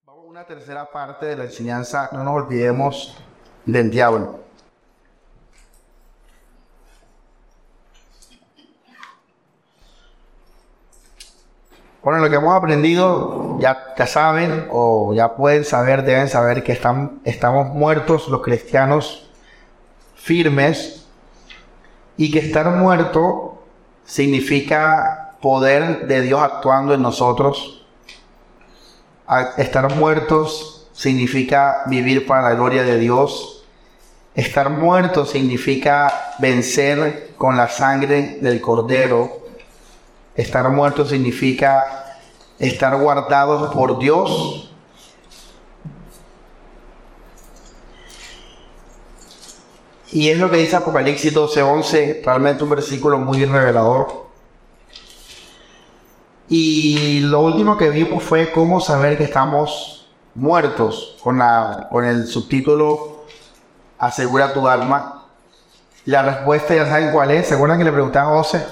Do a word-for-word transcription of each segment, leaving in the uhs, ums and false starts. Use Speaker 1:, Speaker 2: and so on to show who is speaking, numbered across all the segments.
Speaker 1: Vamos a una tercera parte de la enseñanza. No nos olvidemos del diablo. Bueno, lo que hemos aprendido, ya, ya saben, o ya pueden saber, deben saber que están, estamos muertos los cristianos firmes, y que estar muerto significa poder de Dios actuando en nosotros. Estar muertos significa vivir para la gloria de Dios. Estar muerto significa vencer con la sangre del Cordero. Estar muerto significa estar guardados por Dios. Y es lo que dice Apocalipsis doce once, realmente un versículo muy revelador. Y lo último que vimos fue cómo saber que estamos muertos, con, la, con el subtítulo Asegura tu alma. La respuesta ya saben cuál es. ¿Se acuerdan que le preguntaba a José?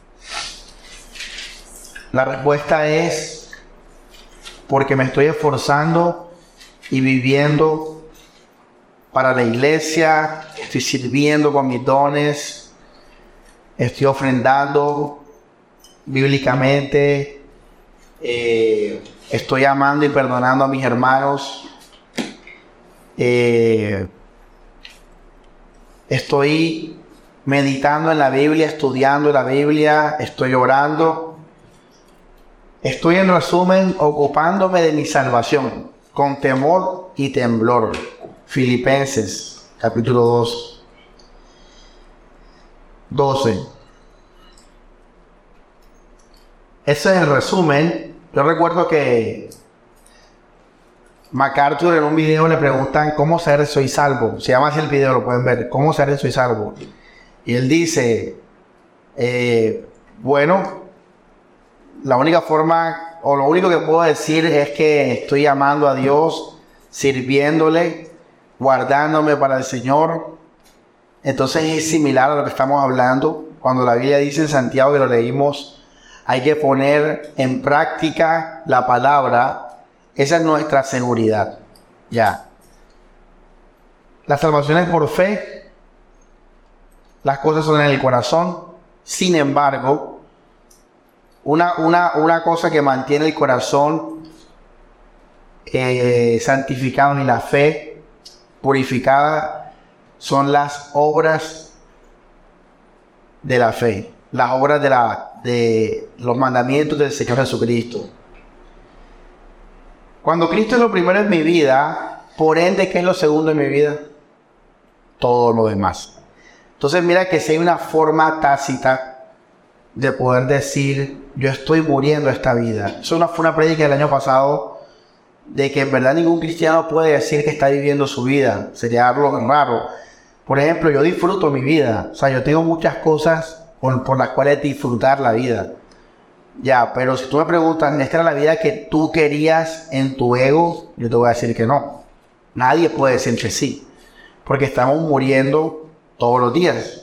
Speaker 1: La respuesta es porque me estoy esforzando y viviendo para la iglesia, estoy sirviendo con mis dones, estoy ofrendando bíblicamente, eh, estoy amando y perdonando a mis hermanos, eh, estoy meditando en la Biblia, estudiando la Biblia, estoy orando, estoy en resumen ocupándome de mi salvación con temor y temblor. Filipenses capítulo dos, doce. Ese es el resumen. Yo recuerdo que MacArthur en un video le preguntan cómo saber si soy salvo. Se llama así el video, lo pueden ver. ¿Cómo saber si soy salvo? Y él dice, eh, bueno, la única forma, o lo único que puedo decir es que estoy amando a Dios, sirviéndole, guardándome para el Señor. Entonces es similar a lo que estamos hablando. Cuando la Biblia dice en Santiago, que lo leímos, hay que poner en práctica la palabra. Esa es nuestra seguridad. Ya. La salvación es por fe. Las cosas son en el corazón. Sin embargo, una, una, una cosa que mantiene el corazón eh, santificado y la fe purificada son las obras de la fe, las obras de, la, de los mandamientos del Señor Jesucristo. Cuando Cristo es lo primero en mi vida, por ende, ¿qué es lo segundo en mi vida? Todo lo demás. Entonces mira que si hay una forma tácita de poder decir, yo estoy muriendo esta vida. Eso no fue una prédica del año pasado, de que en verdad ningún cristiano puede decir que está viviendo su vida. Sería algo raro. Por ejemplo, yo disfruto mi vida. O sea, yo tengo muchas cosas por, por las cuales disfrutar la vida. Ya, pero si tú me preguntas, ¿esta era la vida que tú querías en tu ego? Yo te voy a decir que no. Nadie puede decir que sí. Porque estamos muriendo todos los días.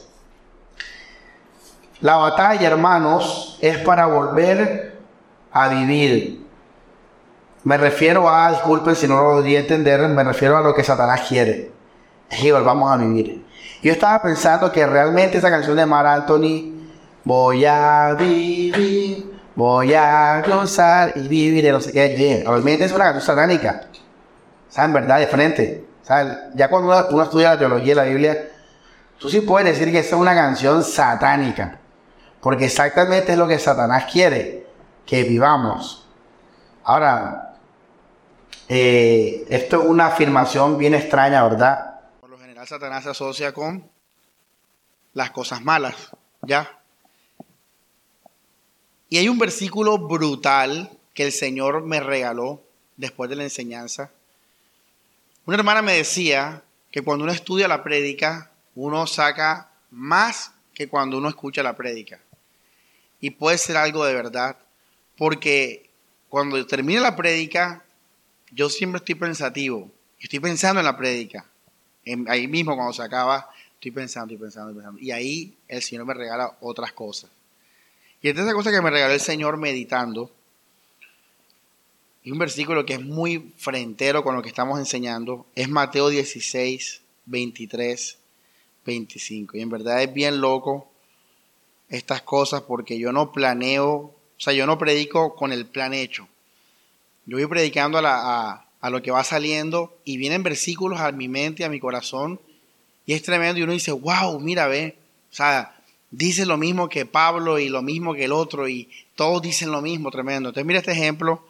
Speaker 1: La batalla, hermanos, es para volver a vivir. Me refiero a, disculpen si no lo di a entender, me refiero a lo que Satanás quiere. Es que volvamos a vivir. Yo estaba pensando que realmente esa canción de Marc Anthony, voy a vivir, voy a gozar y vivir, no sé qué, realmente es una canción satánica. ¿Saben? ¿Verdad? De frente. ¿Saben? Ya cuando uno, uno estudia la teología y la Biblia, tú sí puedes decir que esa es una canción satánica. Porque exactamente es lo que Satanás quiere, que vivamos. Ahora, eh, esto es una afirmación bien extraña, ¿verdad? Por lo general Satanás se asocia con las cosas malas, ¿ya? Y hay un versículo brutal que el Señor me regaló después de la enseñanza. Una hermana me decía que cuando uno estudia la prédica, uno saca más que cuando uno escucha la prédica. Y puede ser algo de verdad, porque cuando termine la prédica, yo siempre estoy pensativo. Estoy pensando en la prédica. En, ahí mismo cuando se acaba, estoy pensando, estoy pensando, estoy pensando. Y ahí el Señor me regala otras cosas. Y esta es la cosa que me regaló el Señor meditando. y un versículo que es muy frentero con lo que estamos enseñando, es Mateo dieciséis, veintitrés, veinticinco. Y en verdad es bien loco estas cosas porque yo no planeo, o sea, yo no predico con el plan hecho. Yo voy predicando a, la, a, a lo que va saliendo y vienen versículos a mi mente, a mi corazón, y es tremendo y uno dice, wow, mira, ve, o sea, dice lo mismo que Pablo y lo mismo que el otro y todos dicen lo mismo, tremendo. Entonces mira este ejemplo,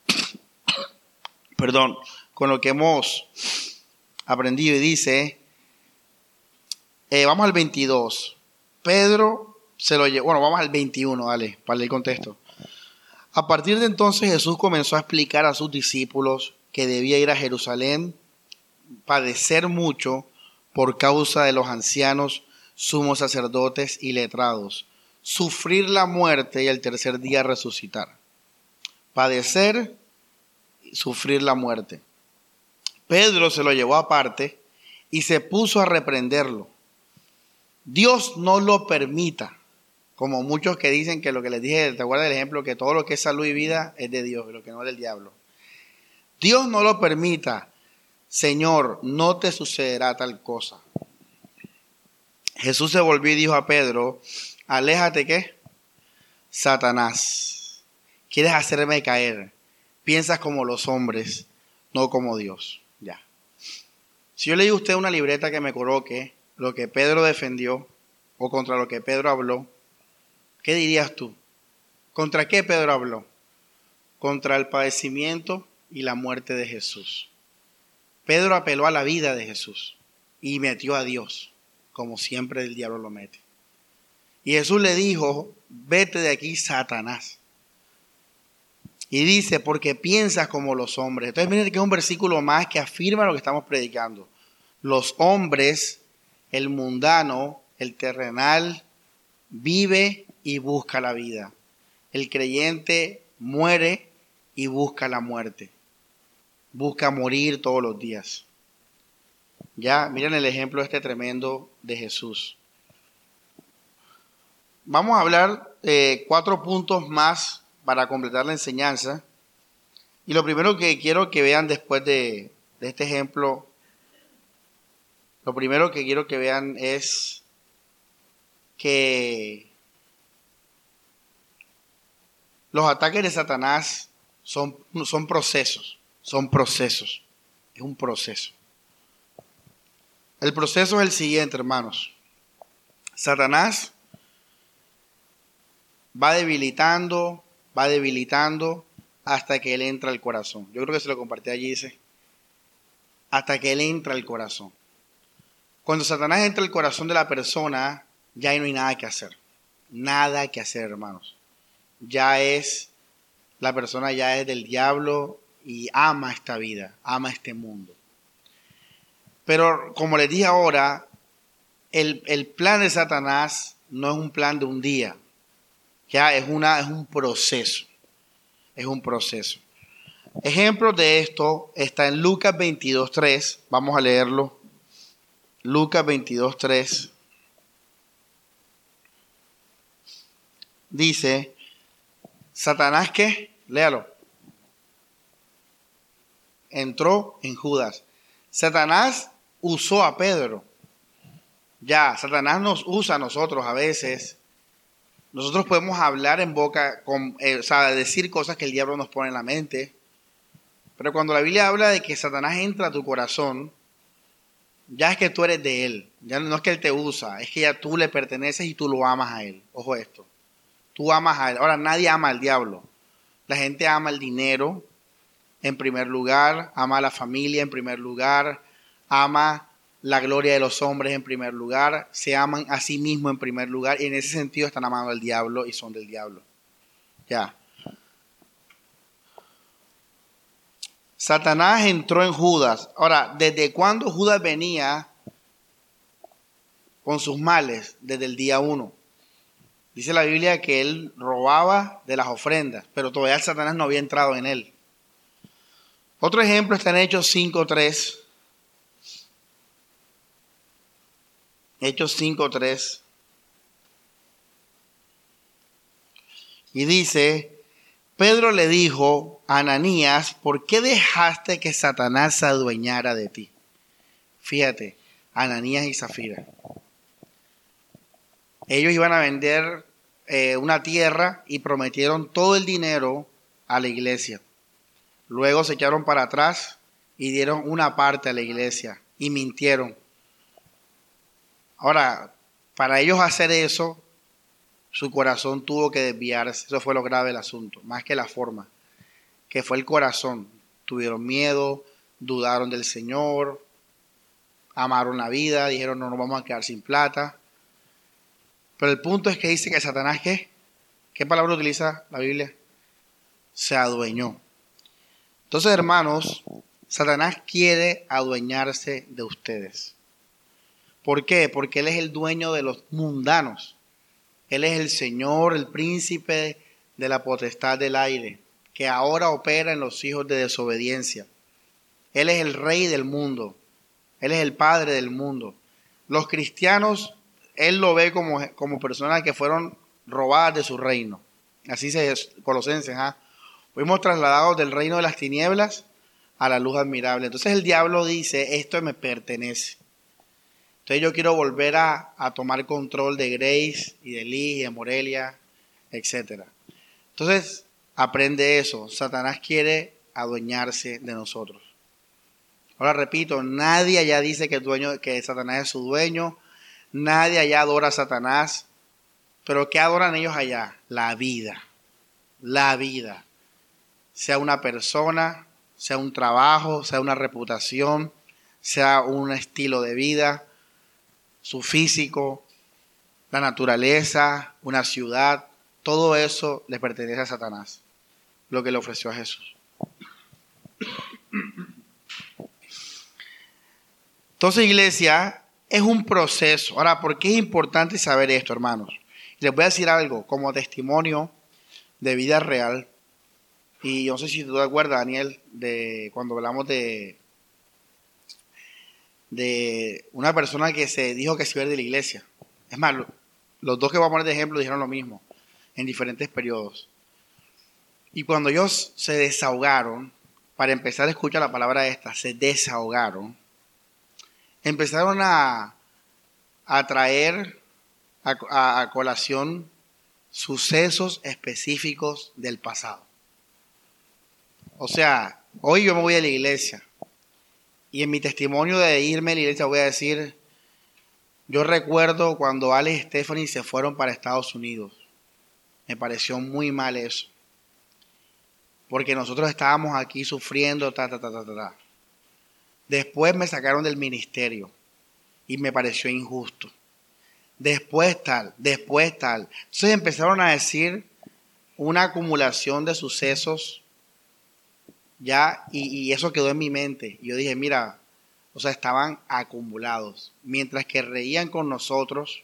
Speaker 1: perdón, con lo que hemos aprendido y dice, eh, vamos al veintidós, Pedro se lo llevó, bueno, vamos al veintiuno, dale, para leer el contexto. A partir de entonces Jesús comenzó a explicar a sus discípulos que debía ir a Jerusalén, padecer mucho por causa de los ancianos, sumos sacerdotes y letrados, sufrir la muerte y el tercer día resucitar. Padecer y sufrir la muerte. Pedro se lo llevó aparte y se puso a reprenderlo. Dios no lo permita. Como muchos que dicen que lo que les dije, te acuerdas del ejemplo, que todo lo que es salud y vida es de Dios, lo que no es del diablo. Dios no lo permita. Señor, no te sucederá tal cosa. Jesús se volvió y dijo a Pedro, aléjate, ¿qué? Satanás, quieres hacerme caer. Piensas como los hombres, no como Dios. Ya. Si yo le digo a usted una libreta que me coloque lo que Pedro defendió o contra lo que Pedro habló, ¿qué dirías tú? ¿Contra qué Pedro habló? Contra el padecimiento y la muerte de Jesús. Pedro apeló a la vida de Jesús y metió a Dios, como siempre el diablo lo mete. Y Jesús le dijo, vete de aquí, Satanás. Y dice, porque piensas como los hombres. Entonces miren que es un versículo más que afirma lo que estamos predicando. Los hombres, el mundano, el terrenal, vive y busca la vida. El creyente muere y busca la muerte. Busca morir todos los días. Ya, miren el ejemplo este tremendo de Jesús. Vamos a hablar eh, cuatro puntos más para completar la enseñanza. Y lo primero que quiero que vean después de, de este ejemplo, lo primero que quiero que vean es que los ataques de Satanás son, son procesos, son procesos, es un proceso. El proceso es el siguiente, hermanos. Satanás va debilitando, va debilitando hasta que él entra al corazón. Yo creo que se lo compartí allí, dice, hasta que él entra al corazón. Cuando Satanás entra al corazón de la persona, ya no hay nada que hacer. Nada que hacer, hermanos. Ya es, la persona ya es del diablo y ama esta vida, ama este mundo. Pero como les dije ahora, el, el plan de Satanás no es un plan de un día. Ya es, una, es un proceso. Es un proceso. Ejemplos de esto está en Lucas veintidós tres. Vamos a leerlo. Lucas veintidós tres. Dice, Satanás, ¿qué? Léalo. Entró en Judas. Satanás usó a Pedro. Ya, Satanás nos usa a nosotros a veces. Nosotros podemos hablar en boca, con, eh, o sea, decir cosas que el diablo nos pone en la mente. Pero cuando la Biblia habla de que Satanás entra a tu corazón, ya es que tú eres de él. Ya no es que él te usa, es que ya tú le perteneces y tú lo amas a él. Ojo esto. Tú amas a él. Ahora, nadie ama al diablo. La gente ama el dinero en primer lugar, ama a la familia en primer lugar, ama la gloria de los hombres en primer lugar, se aman a sí mismos en primer lugar y en ese sentido están amando al diablo y son del diablo. Ya. Satanás entró en Judas. Ahora, ¿desde cuándo Judas venía con sus males? Desde el día uno. Dice la Biblia que él robaba de las ofrendas, pero todavía Satanás no había entrado en él. Otro ejemplo está en Hechos cinco tres. Hechos cinco tres. Y dice, Pedro le dijo Ananías, ¿por qué dejaste que Satanás se adueñara de ti? Fíjate, Ananías y Zafira. Ellos iban a vender eh, una tierra y prometieron todo el dinero a la iglesia. Luego se echaron para atrás y dieron una parte a la iglesia y mintieron. Ahora, para ellos hacer eso, su corazón tuvo que desviarse. Eso fue lo grave del asunto, más que la forma, que fue el corazón. Tuvieron miedo, dudaron del Señor, amaron la vida, dijeron no nos vamos a quedar sin plata. Pero el punto es que dice que Satanás, ¿qué? ¿Qué palabra utiliza la Biblia? Se adueñó. Entonces, hermanos, Satanás quiere adueñarse de ustedes. ¿Por qué? Porque Él es el dueño de los mundanos. Él es el Señor, el príncipe de la potestad del aire, que ahora opera en los hijos de desobediencia. Él es el rey del mundo. Él es el padre del mundo. Los cristianos, Él lo ve como, como personas que fueron robadas de su reino. Así se Colosenses, ¿ah? Fuimos trasladados del reino de las tinieblas a la luz admirable. Entonces el diablo dice, esto me pertenece. Entonces yo quiero volver a, a tomar control de Grace y de Liz y de Morelia, etcétera. Entonces aprende eso. Satanás quiere adueñarse de nosotros. Ahora repito, nadie allá dice que, el dueño, que Satanás es su dueño. Nadie allá adora a Satanás. Pero ¿qué adoran ellos allá? La vida. La vida. Sea una persona, sea un trabajo, sea una reputación, sea un estilo de vida, su físico, la naturaleza, una ciudad, todo eso le pertenece a Satanás, lo que le ofreció a Jesús. Entonces, iglesia, es un proceso. Ahora, ¿por qué es importante saber esto, hermanos? Les voy a decir algo como testimonio de vida real. Y yo no sé si tú te acuerdas, Daniel, de cuando hablamos de, de una persona que se dijo que se iba a ir de la iglesia. Es más, los dos que voy a poner de ejemplo dijeron lo mismo en diferentes periodos. Y cuando ellos se desahogaron, para empezar a escuchar la palabra esta, se desahogaron, empezaron a, a traer a, a, a colación sucesos específicos del pasado. O sea, hoy yo me voy a la iglesia y en mi testimonio de irme a la iglesia voy a decir, yo recuerdo cuando Ale y Stephanie se fueron para Estados Unidos. Me pareció muy mal eso. Porque nosotros estábamos aquí sufriendo, ta, ta, ta, ta, ta, ta. Después me sacaron del ministerio y me pareció injusto. Después tal, después tal. Entonces empezaron a decir una acumulación de sucesos ya, y, y eso quedó en mi mente. Yo dije, mira, o sea, estaban acumulados. Mientras que reían con nosotros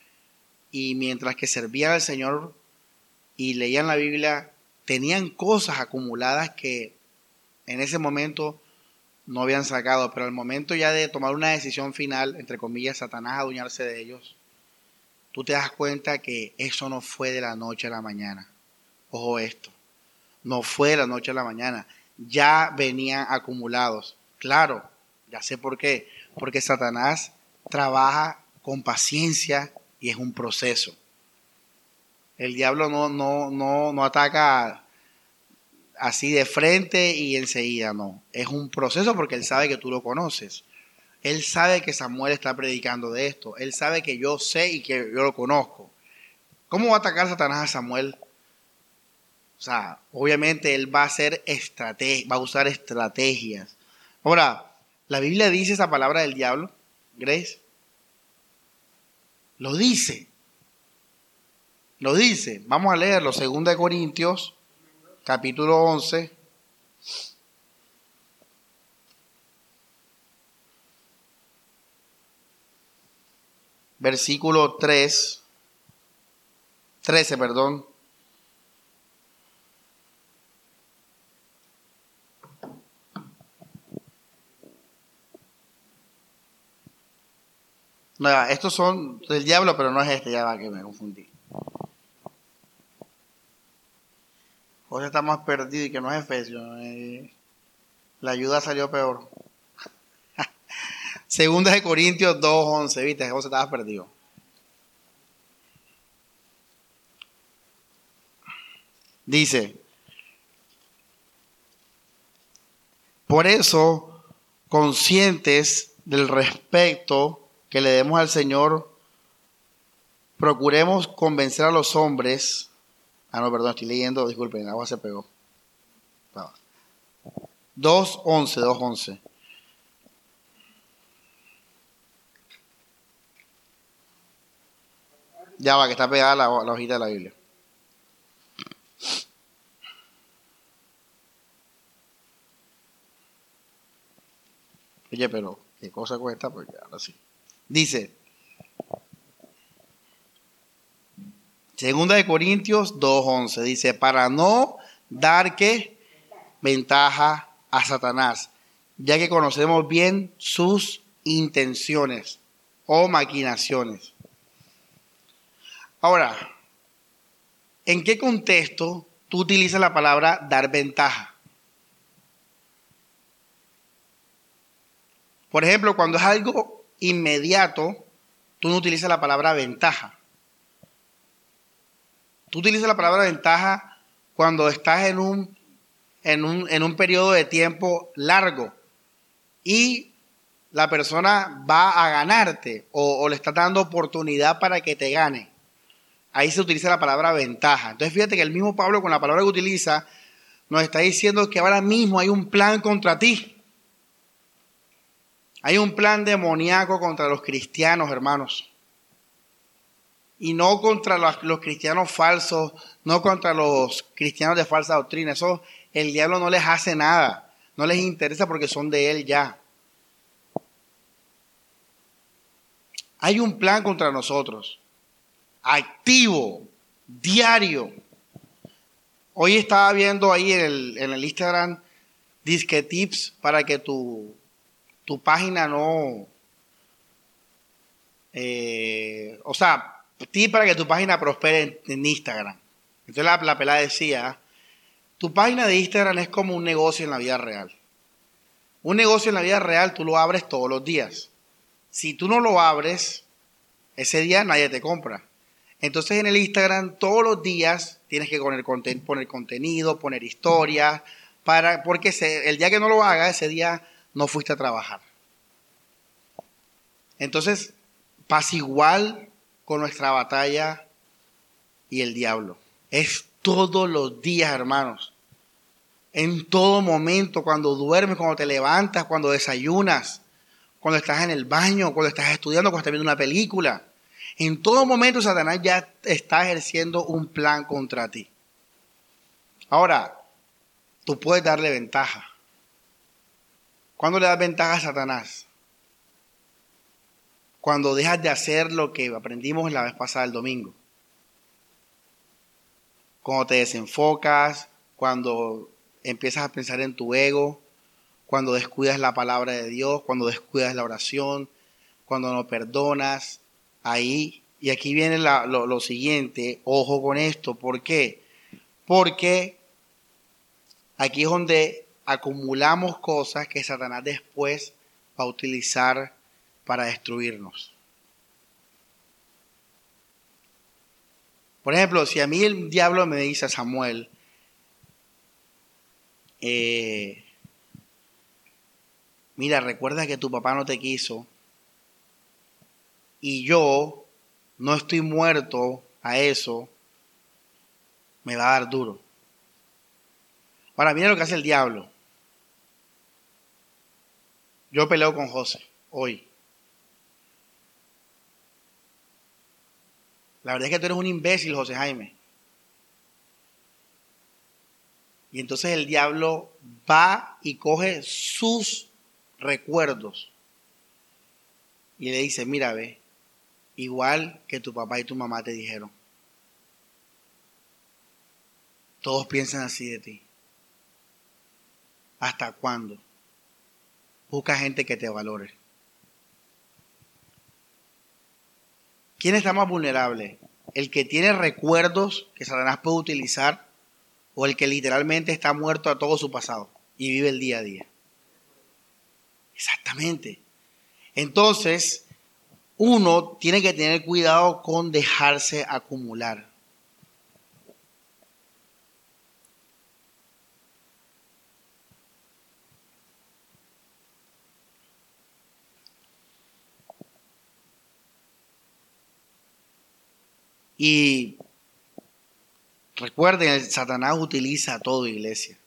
Speaker 1: y mientras que servían al Señor y leían la Biblia, tenían cosas acumuladas que en ese momento no habían sacado. Pero al momento ya de tomar una decisión final, entre comillas, Satanás adueñarse de ellos, tú te das cuenta que eso no fue de la noche a la mañana. Ojo esto, no fue de la noche a la mañana. Ya venían acumulados. Claro, ya sé por qué. Porque Satanás trabaja con paciencia y es un proceso. El diablo no, no, no, no ataca así de frente y enseguida, no. Es un proceso porque él sabe que tú lo conoces. Él sabe que Samuel está predicando de esto. Él sabe que yo sé y que yo lo conozco. ¿Cómo va a atacar Satanás a Samuel? O sea, obviamente él va a hacer estrategia, va a usar estrategias. Ahora, ¿la Biblia dice esa palabra del diablo, Grace? Lo dice. Lo dice. Vamos a leerlo. Segunda de Corintios, capítulo once. Versículo tres. trece, perdón. No, estos son del diablo, pero no es este, ya va que me confundí. José está más perdido y que no es Efesios. Eh, la ayuda salió peor. Segunda de Corintios dos once, viste, José estaba perdido. Dice, por eso, conscientes del respeto que le demos al Señor, procuremos convencer a los hombres. Ah, no, perdón, estoy leyendo, disculpen, el agua se pegó. dos once, dos once. Ya va, que está pegada la, la hojita de la Biblia. Oye, pero qué cosa cuesta, porque ahora sí. Dice, Segunda de Corintios dos once, dice, para no dar que ventaja a Satanás, ya que conocemos bien sus intenciones o maquinaciones. Ahora, ¿en qué contexto tú utilizas la palabra dar ventaja? Por ejemplo, cuando es algo inmediato, tú no utilizas la palabra ventaja. Tú utilizas la palabra ventaja cuando estás en un, en un, en un periodo de tiempo largo y la persona va a ganarte o, o le estás dando oportunidad para que te gane. Ahí se utiliza la palabra ventaja. Entonces fíjate que el mismo Pablo con la palabra que utiliza nos está diciendo que ahora mismo hay un plan contra ti. Hay un plan demoníaco contra los cristianos, hermanos. Y no contra los, los cristianos falsos, no contra los cristianos de falsa doctrina. Eso el diablo no les hace nada. No les interesa porque son de él ya. Hay un plan contra nosotros. Activo, diario. Hoy estaba viendo ahí en el, en el Instagram disque tips para que tu, tu página no... Eh, o sea, tips para que tu página prospere en, en Instagram. Entonces la, la pelada decía, tu página de Instagram es como un negocio en la vida real. Un negocio en la vida real tú lo abres todos los días. Si tú no lo abres, ese día nadie te compra. Entonces en el Instagram todos los días tienes que poner, conten- poner contenido, poner historias, para, porque se, el día que no lo hagas, ese día no fuiste a trabajar. Entonces pasa igual con nuestra batalla y el diablo. Es todos los días, hermanos. En todo momento, cuando duermes, cuando te levantas, cuando desayunas, cuando estás en el baño, cuando estás estudiando, cuando estás viendo una película. En todo momento Satanás ya está ejerciendo un plan contra ti. Ahora, tú puedes darle ventaja. ¿Cuándo le das ventaja a Satanás? Cuando dejas de hacer lo que aprendimos la vez pasada el domingo. Cuando te desenfocas, cuando empiezas a pensar en tu ego, cuando descuidas la palabra de Dios, cuando descuidas la oración, cuando no perdonas. Ahí, y aquí viene la, lo, lo siguiente, ojo con esto, ¿por qué? Porque aquí es donde acumulamos cosas que Satanás después va a utilizar para destruirnos. Por ejemplo, si a mí el diablo me dice a Samuel, eh, mira, recuerda que tu papá no te quiso, y yo no estoy muerto a eso, me va a dar duro. Ahora, mira lo que hace el diablo. Yo peleo con José hoy. La verdad es que tú eres un imbécil, José Jaime. Y entonces el diablo va y coge sus recuerdos y le dice, mira, ve, igual que tu papá y tu mamá te dijeron. Todos piensan así de ti. ¿Hasta cuándo? Busca gente que te valore. ¿Quién está más vulnerable? ¿El que tiene recuerdos que Satanás puede utilizar o el que literalmente está muerto a todo su pasado y vive el día a día. Exactamente. Entonces, uno tiene que tener cuidado con dejarse acumular. Y recuerden, el Satanás utiliza todo, iglesia.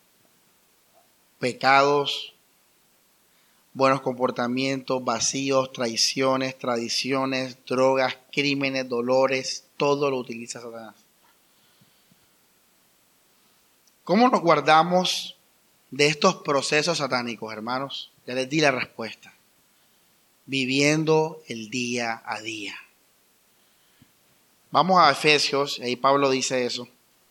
Speaker 1: Pecados, buenos comportamientos, vacíos, traiciones, tradiciones, drogas, crímenes, dolores, todo lo utiliza Satanás. ¿Cómo nos guardamos de estos procesos satánicos, hermanos? Ya les di la respuesta. Viviendo el día a día. Vamos a Efesios, ahí Pablo dice eso.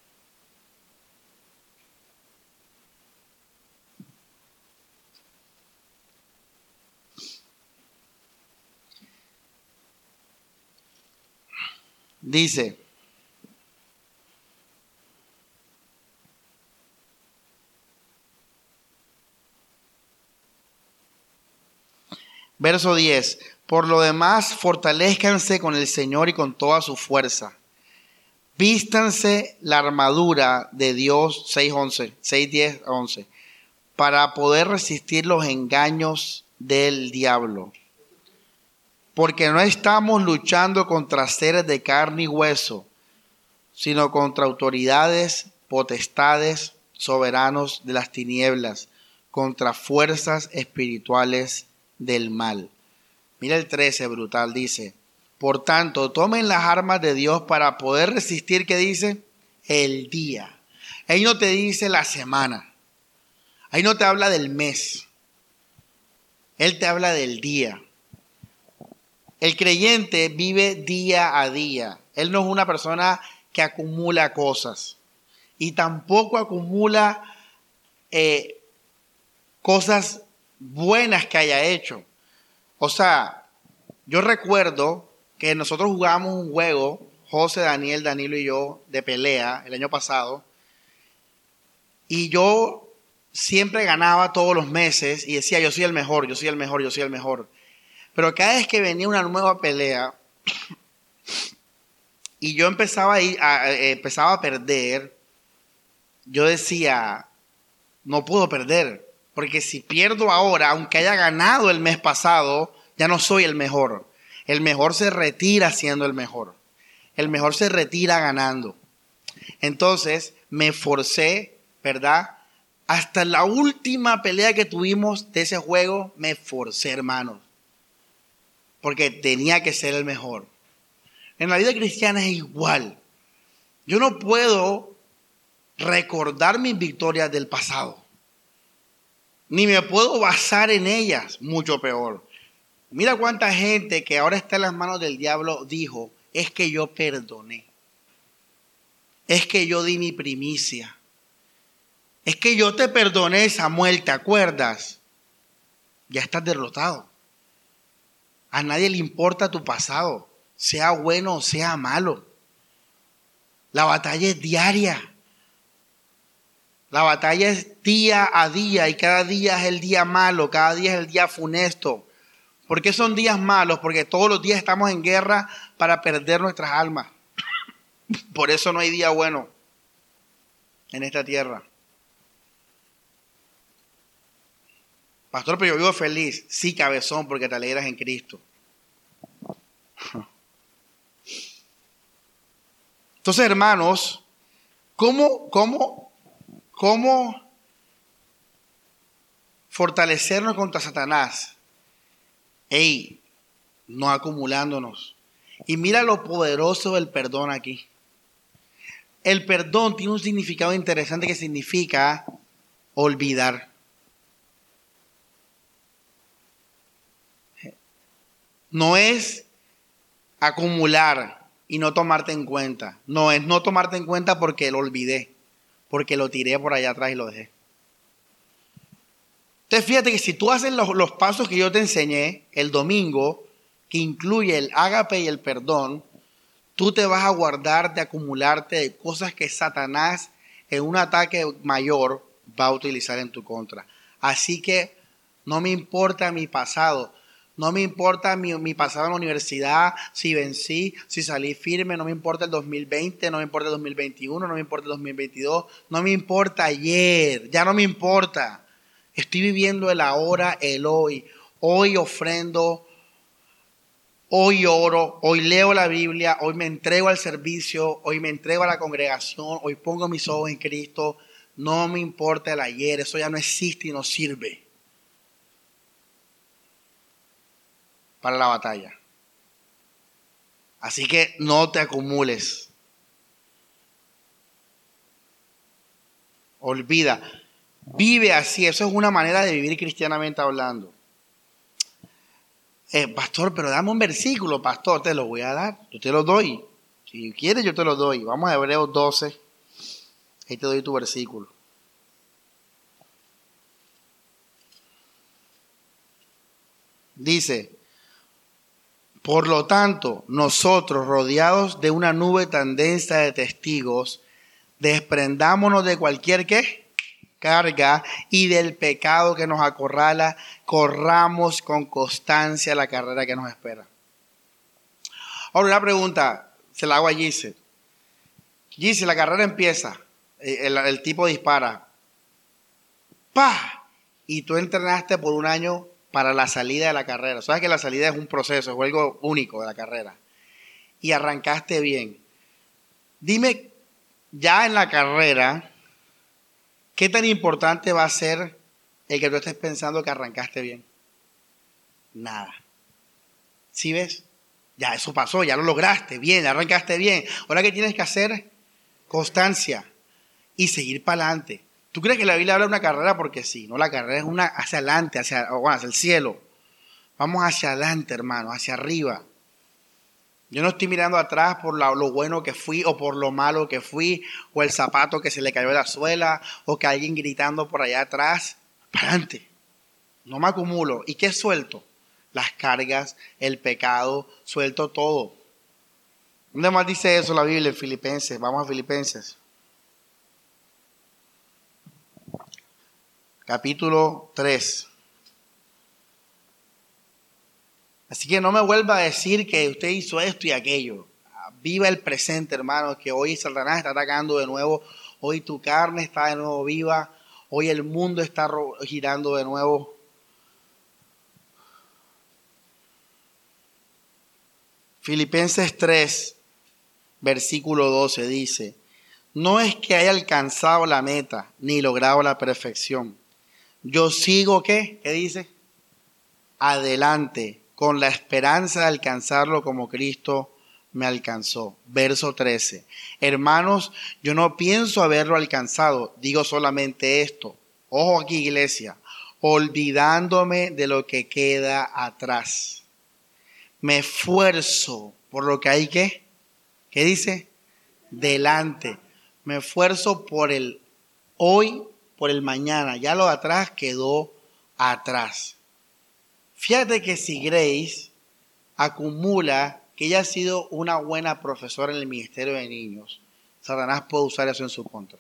Speaker 1: Dice, verso diez, por lo demás, fortalézcanse con el Señor y con toda su fuerza. Vístanse la armadura de Dios, seis once, seis diez a once, para poder resistir los engaños del diablo. Porque no estamos luchando contra seres de carne y hueso, sino contra autoridades, potestades, soberanos de las tinieblas, contra fuerzas espirituales del mal. Mira el trece, brutal, dice, por tanto, tomen las armas de Dios para poder resistir, ¿qué dice? El día. Ahí no te dice la semana, ahí no te habla del mes, Él te habla del día. El creyente vive día a día. Él no es una persona que acumula cosas y tampoco acumula eh, cosas buenas que haya hecho. O sea, yo recuerdo que nosotros jugábamos un juego, José, Daniel, Danilo y yo, de pelea el año pasado, y yo siempre ganaba todos los meses y decía, yo soy el mejor, yo soy el mejor, yo soy el mejor. Pero cada vez que venía una nueva pelea y yo empezaba a, ir a, a, empezaba a perder, yo decía, no puedo perder, porque si pierdo ahora, aunque haya ganado el mes pasado, ya no soy el mejor. El mejor se retira siendo el mejor. El mejor se retira ganando. Entonces me forcé, ¿verdad? Hasta la última pelea que tuvimos de ese juego, me forcé, hermanos. Porque tenía que ser el mejor. En la vida cristiana es igual. Yo no puedo recordar mis victorias del pasado. Ni me puedo basar en ellas, mucho peor. Mira cuánta gente que ahora está en las manos del diablo dijo, es que yo perdoné. Es que yo di mi primicia. Es que yo te perdoné, Samuel, ¿te acuerdas? Ya estás derrotado. A nadie le importa tu pasado, sea bueno o sea malo. La batalla es diaria. La batalla es día a día y cada día es el día malo, cada día es el día funesto. ¿Por qué son días malos? Porque todos los días estamos en guerra para perder nuestras almas. Por eso no hay día bueno en esta tierra. Pastor, pero yo vivo feliz. Sí, cabezón, porque te alegras en Cristo. Entonces, hermanos, ¿cómo, cómo, cómo fortalecernos contra Satanás? Ey, no acumulándonos. Y mira lo poderoso del perdón aquí. El perdón tiene un significado interesante que significa olvidar. No es acumular y no tomarte en cuenta. No es no tomarte en cuenta porque lo olvidé, porque lo tiré por allá atrás y lo dejé. Entonces fíjate que si tú haces los, los pasos que yo te enseñé el domingo, que incluye el ágape y el perdón, tú te vas a guardar de acumularte de cosas que Satanás que un ataque mayor va a utilizar en tu contra. Así que no me importa mi pasado. No me importa mi, mi pasado en la universidad, si vencí, si salí firme, no me importa el dos mil veinte, no me importa el dos mil veintiuno, no me importa el dos mil veintidós, no me importa ayer, ya no me importa. Estoy viviendo el ahora, el hoy. Hoy ofrendo, hoy oro, hoy leo la Biblia, hoy me entrego al servicio, hoy me entrego a la congregación, hoy pongo mis ojos en Cristo. No me importa el ayer, eso ya no existe y no sirve para la batalla. Así que no te acumules. Olvida. Vive así. Eso es una manera de vivir cristianamente hablando. Eh, pastor, pero dame un versículo, pastor. Te lo voy a dar. Yo te lo doy. Si quieres, yo te lo doy. Vamos a Hebreos doce. Ahí te doy tu versículo. Dice: por lo tanto, nosotros, rodeados de una nube tan densa de testigos, desprendámonos de cualquier ¿qué? Carga y del pecado que nos acorrala, corramos con constancia la carrera que nos espera. Ahora una pregunta, se la hago a Gise. Gise, la carrera empieza, el, el tipo dispara, ¡pah! Y tú entrenaste por un año para la salida de la carrera. Sabes que la salida es un proceso, es algo único de la carrera. Y arrancaste bien. Dime, ya en la carrera, ¿qué tan importante va a ser el que tú estés pensando que arrancaste bien? Nada. ¿Sí ves? Ya eso pasó, ya lo lograste, bien, arrancaste bien. Ahora, ¿qué tienes que hacer? Constancia y seguir para adelante. ¿Tú crees que la Biblia habla de una carrera? Porque sí, no, la carrera es una hacia adelante, hacia, bueno, hacia el cielo. Vamos hacia adelante, hermano, hacia arriba. Yo no estoy mirando atrás por lo, lo bueno que fui o por lo malo que fui, o el zapato que se le cayó de la suela, o que alguien gritando por allá atrás. Para adelante. No me acumulo. ¿Y qué suelto? Las cargas, el pecado, suelto todo. ¿Dónde más dice eso la Biblia? En Filipenses. Vamos a Filipenses. Capítulo tres. Así que no me vuelva a decir que usted hizo esto y aquello. Viva el presente, hermano, que hoy Satanás está atacando de nuevo. Hoy tu carne está de nuevo viva. Hoy el mundo está girando de nuevo. Filipenses tres, versículo doce dice: no es que haya alcanzado la meta ni logrado la perfección. Yo sigo, ¿qué? ¿Qué dice? Adelante, con la esperanza de alcanzarlo como Cristo me alcanzó. Verso trece. Hermanos, yo no pienso haberlo alcanzado, digo solamente esto. Ojo aquí, iglesia. Olvidándome de lo que queda atrás. Me esfuerzo por lo que hay que, ¿qué dice? Delante. Me esfuerzo por el hoy, por el mañana. Ya lo de atrás quedó atrás. Fíjate que si Grace acumula que ella ha sido una buena profesora en el ministerio de niños, Satanás puede usar eso en su contra.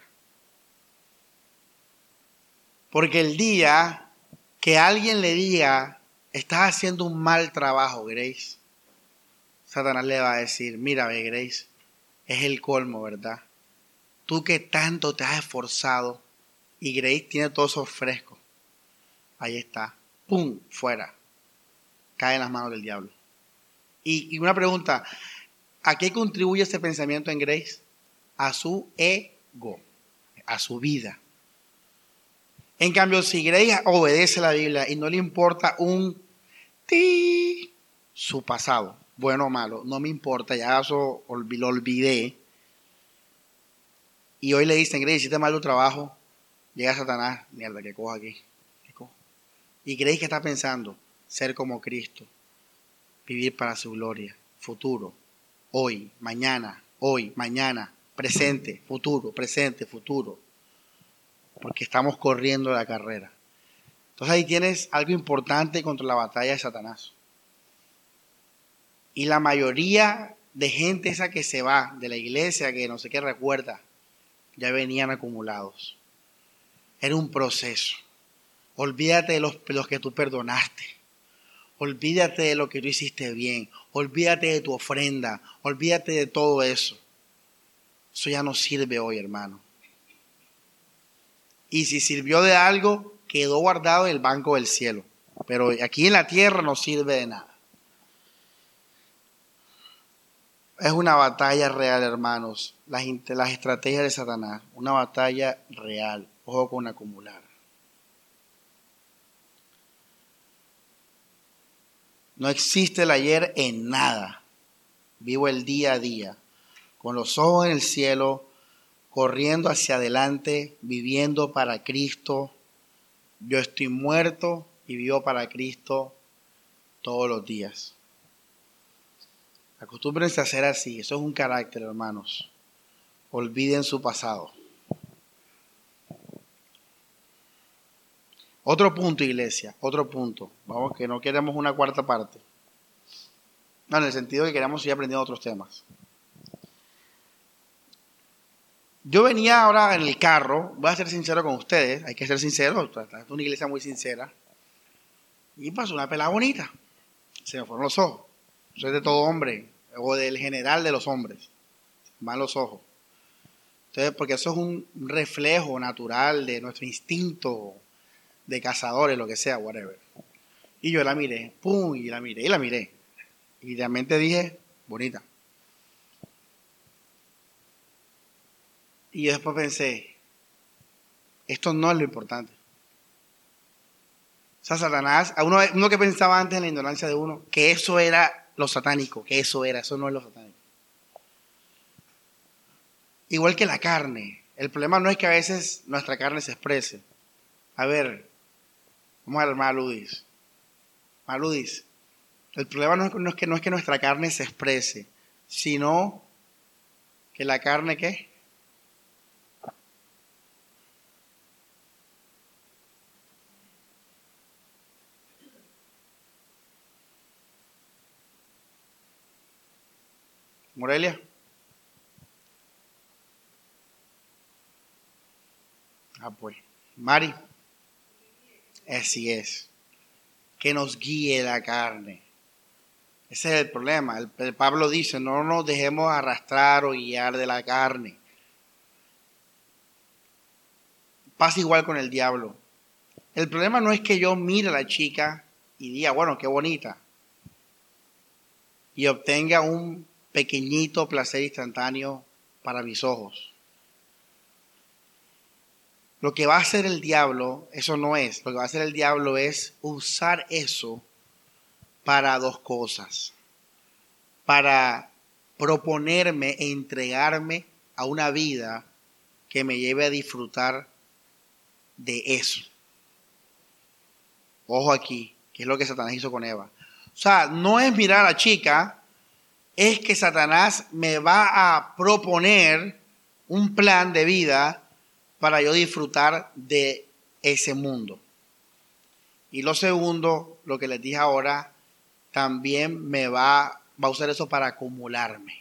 Speaker 1: Porque el día que alguien le diga, estás haciendo un mal trabajo, Grace, Satanás le va a decir, mira, ve, Grace, es el colmo, ¿verdad? Tú que tanto te has esforzado y Grace tiene todo eso fresco. Ahí está. ¡Pum! Fuera. Cae en las manos del diablo. Y, y una pregunta, ¿a qué contribuye ese pensamiento en Grace? A su ego, a su vida. En cambio, si Grace obedece la Biblia y no le importa un ti, su pasado, bueno o malo, no me importa, ya eso lo olvidé. Y hoy le dicen, Grace, hiciste mal tu trabajo, llega Satanás, mierda, que cojo aquí. ¿Qué cojo? Y Grace, que está pensando, ser como Cristo, vivir para su gloria, futuro, hoy, mañana, hoy, mañana, presente, futuro, presente, futuro. Porque estamos corriendo la carrera. Entonces ahí tienes algo importante contra la batalla de Satanás. Y la mayoría de gente esa que se va de la iglesia, que no sé qué recuerda, ya venían acumulados. Era un proceso. Olvídate de los, los que tú perdonaste. Olvídate de lo que tú hiciste bien. Olvídate de tu ofrenda. Olvídate de todo eso. Eso ya no sirve hoy, hermano. Y si sirvió de algo, quedó guardado en el banco del cielo. Pero aquí en la tierra no sirve de nada. Es una batalla real, hermanos. Las, las estrategias de Satanás. Una batalla real. Ojo con acumular. No existe el ayer en nada. Vivo el día a día. Con los ojos en el cielo. Corriendo hacia adelante. Viviendo para Cristo. Yo estoy muerto y vivo para Cristo todos los días. Acostúmbrense a ser así. Eso es un carácter, hermanos. Olviden su pasado. Otro punto, iglesia. Otro punto. Vamos, que no queremos una cuarta parte. No, en el sentido que queremos seguir aprendiendo otros temas. Yo venía ahora en el carro. Voy a ser sincero con ustedes. Hay que ser sincero. Esta es una iglesia muy sincera. Y pasó una pelada bonita. Se me fueron los ojos. Soy de todo hombre, o del general de los hombres. Van los ojos. Entonces, porque eso es un reflejo natural de nuestro instinto de cazadores, lo que sea, whatever. Y yo la miré, pum, y la miré, y la miré. Y realmente dije, bonita. Y yo después pensé, esto no es lo importante. O sea, Satanás, uno, uno que pensaba antes en la ignorancia de uno, que eso era lo satánico, que eso era, eso no es lo satánico. Igual que la carne. El problema no es que a veces nuestra carne se exprese. A ver, vamos a ver, Maludis. Maludis. El problema no es, no, es que, no es que nuestra carne se exprese, sino que la carne, ¿qué? Morelia. Ah, pues. Mari. Así es. Que nos guíe la carne. Ese es el problema. El, el Pablo dice, no nos dejemos arrastrar o guiar de la carne. Pasa igual con el diablo. El problema no es que yo mire a la chica y diga, bueno, qué bonita. Y obtenga un pequeñito placer instantáneo para mis ojos. Lo que va a hacer el diablo, eso no es. Lo que va a hacer el diablo es usar eso para dos cosas. Para proponerme e entregarme a una vida que me lleve a disfrutar de eso. Ojo aquí, que es lo que Satanás hizo con Eva. O sea, no es mirar a la chica, es que Satanás me va a proponer un plan de vida para yo disfrutar de ese mundo. Y lo segundo, lo que les dije ahora, también me va, va a usar eso para acumularme.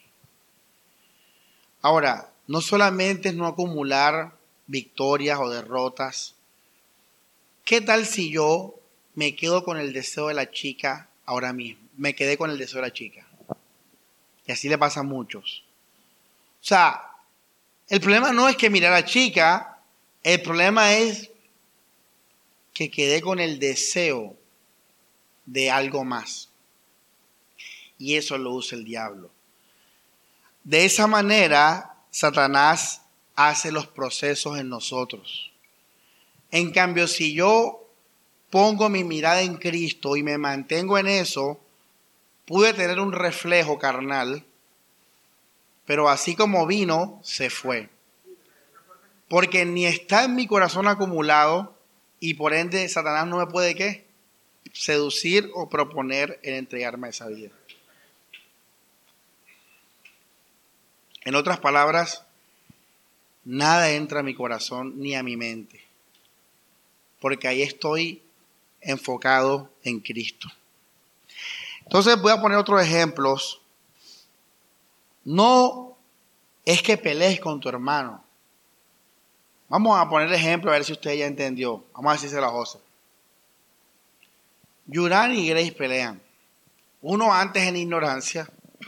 Speaker 1: Ahora, no solamente es no acumular victorias o derrotas. ¿Qué tal si yo me quedo con el deseo de la chica ahora mismo? Me quedé con el deseo de la chica. Y así le pasa a muchos. O sea, el problema no es que miré a la chica, el problema es que quedé con el deseo de algo más. Y eso lo usa el diablo. De esa manera, Satanás hace los procesos en nosotros. En cambio, si yo pongo mi mirada en Cristo y me mantengo en eso, pude tener un reflejo carnal, pero así como vino, se fue. Porque ni está en mi corazón acumulado y por ende Satanás no me puede, ¿qué? Seducir o proponer en entregarme a esa vida. En otras palabras, nada entra a mi corazón ni a mi mente, porque ahí estoy enfocado en Cristo. Entonces voy a poner otros ejemplos. No es que pelees con tu hermano, Vamos a poner ejemplo a ver si usted ya entendió. Vamos a decírselo a José. Yurani y Grace pelean. Uno antes en ignorancia.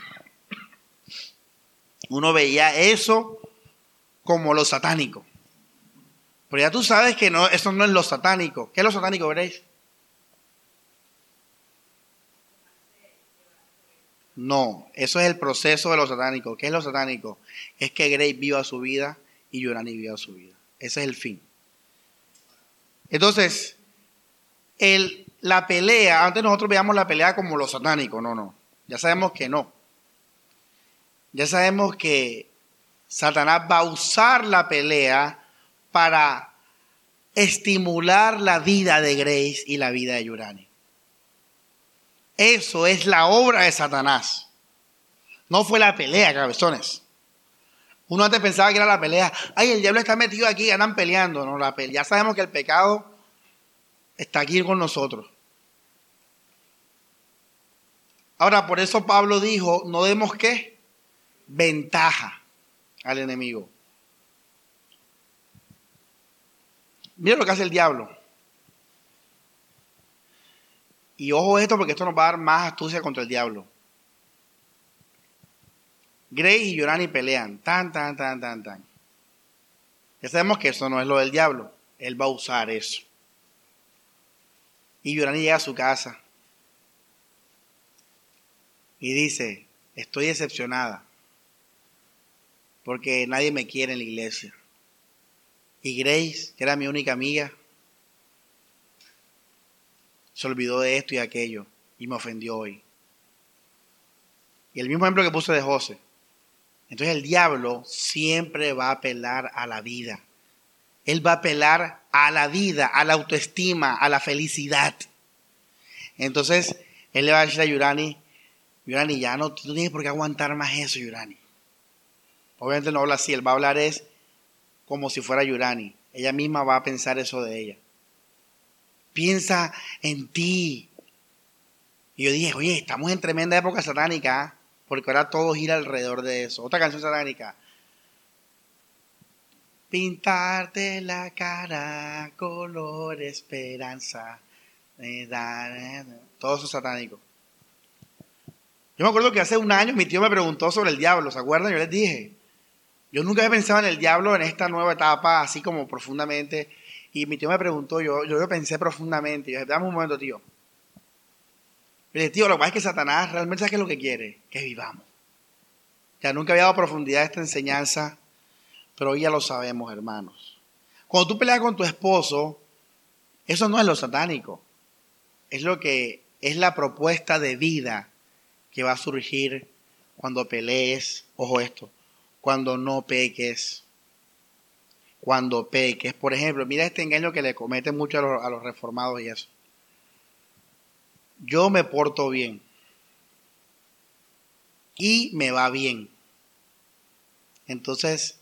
Speaker 1: Uno veía eso como lo satánico. Pero ya tú sabes que no, eso no es lo satánico. ¿Qué es lo satánico, Grace? No, eso es el proceso de lo satánico. ¿Qué es lo satánico? Es que Grace viva su vida y Yurani viva su vida. Ese es el fin. Entonces, el, la pelea, antes nosotros veíamos la pelea como lo satánico. No, no. Ya sabemos que no. Ya sabemos que Satanás va a usar la pelea para estimular la vida de Grace y la vida de Yurani. Eso es la obra de Satanás. No fue la pelea, cabezones. Uno antes pensaba que era la pelea. Ay, el diablo está metido aquí, andan peleando. No, la pelea. Ya sabemos que el pecado está aquí con nosotros. Ahora, por eso Pablo dijo, no demos ¿qué? Ventaja al enemigo. Mira lo que hace el diablo. Y ojo esto porque esto nos va a dar más astucia contra el diablo. Grace y Yurani pelean. Tan, tan, tan, tan, tan. Ya sabemos que eso no es lo del diablo. Él va a usar eso. Y Yurani llega a su casa. Y dice, estoy decepcionada. Porque nadie me quiere en la iglesia. Y Grace, que era mi única amiga, se olvidó de esto y aquello y me ofendió hoy. Y el mismo ejemplo que puse de José. Entonces el diablo siempre va a apelar a la vida. Él va a apelar a la vida, a la autoestima, a la felicidad. Entonces él le va a decir a Yurani, Yurani, ya no, tú no tienes por qué aguantar más eso, Yurani. Obviamente no habla así, él va a hablar es como si fuera Yurani. Ella misma va a pensar eso de ella. Piensa en ti. Y yo dije, oye, estamos en tremenda época satánica, ¿eh? Porque ahora todo gira alrededor de eso. Otra canción satánica. Pintarte la cara, color, esperanza. Todo eso es satánico. Yo me acuerdo que hace un año mi tío me preguntó sobre el diablo, ¿se acuerdan? Yo les dije, yo nunca había pensado en el diablo en esta nueva etapa, así como profundamente. Y mi tío me preguntó, yo, yo lo pensé profundamente. Yo dije, dame un momento, tío. Y le dije, tío, lo que pasa es que Satanás realmente sabe qué es lo que quiere, que vivamos. Ya nunca había dado profundidad a esta enseñanza, pero hoy ya lo sabemos, hermanos. Cuando tú peleas con tu esposo, eso no es lo satánico. Es lo que es la propuesta de vida que va a surgir cuando pelees. Ojo esto, cuando no peques. Cuando peques. Por ejemplo, mira este engaño que le cometen mucho a los, a los reformados y eso. Yo me porto bien. Y me va bien. Entonces,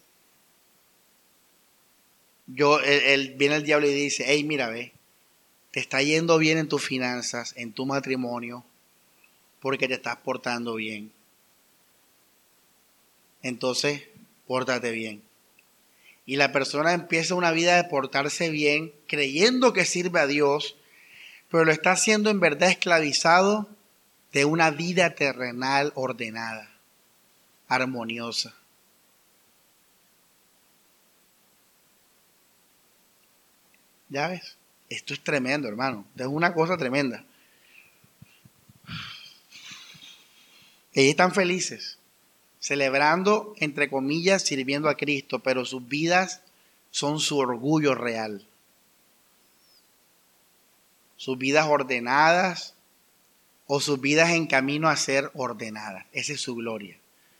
Speaker 1: yo, él, él, viene el diablo y dice, hey, mira, ve, te está yendo bien en tus finanzas, en tu matrimonio, porque te estás portando bien. Entonces, pórtate bien. Y la persona empieza una vida de portarse bien, creyendo que sirve a Dios, pero lo está haciendo en verdad esclavizado de una vida terrenal ordenada, armoniosa. ¿Ya ves? Esto es tremendo, hermano. Es una cosa tremenda. Ellos están felices, celebrando, entre comillas, sirviendo a Cristo, pero sus vidas son su orgullo real. Sus vidas ordenadas o sus vidas en camino a ser ordenadas. Esa es su gloria.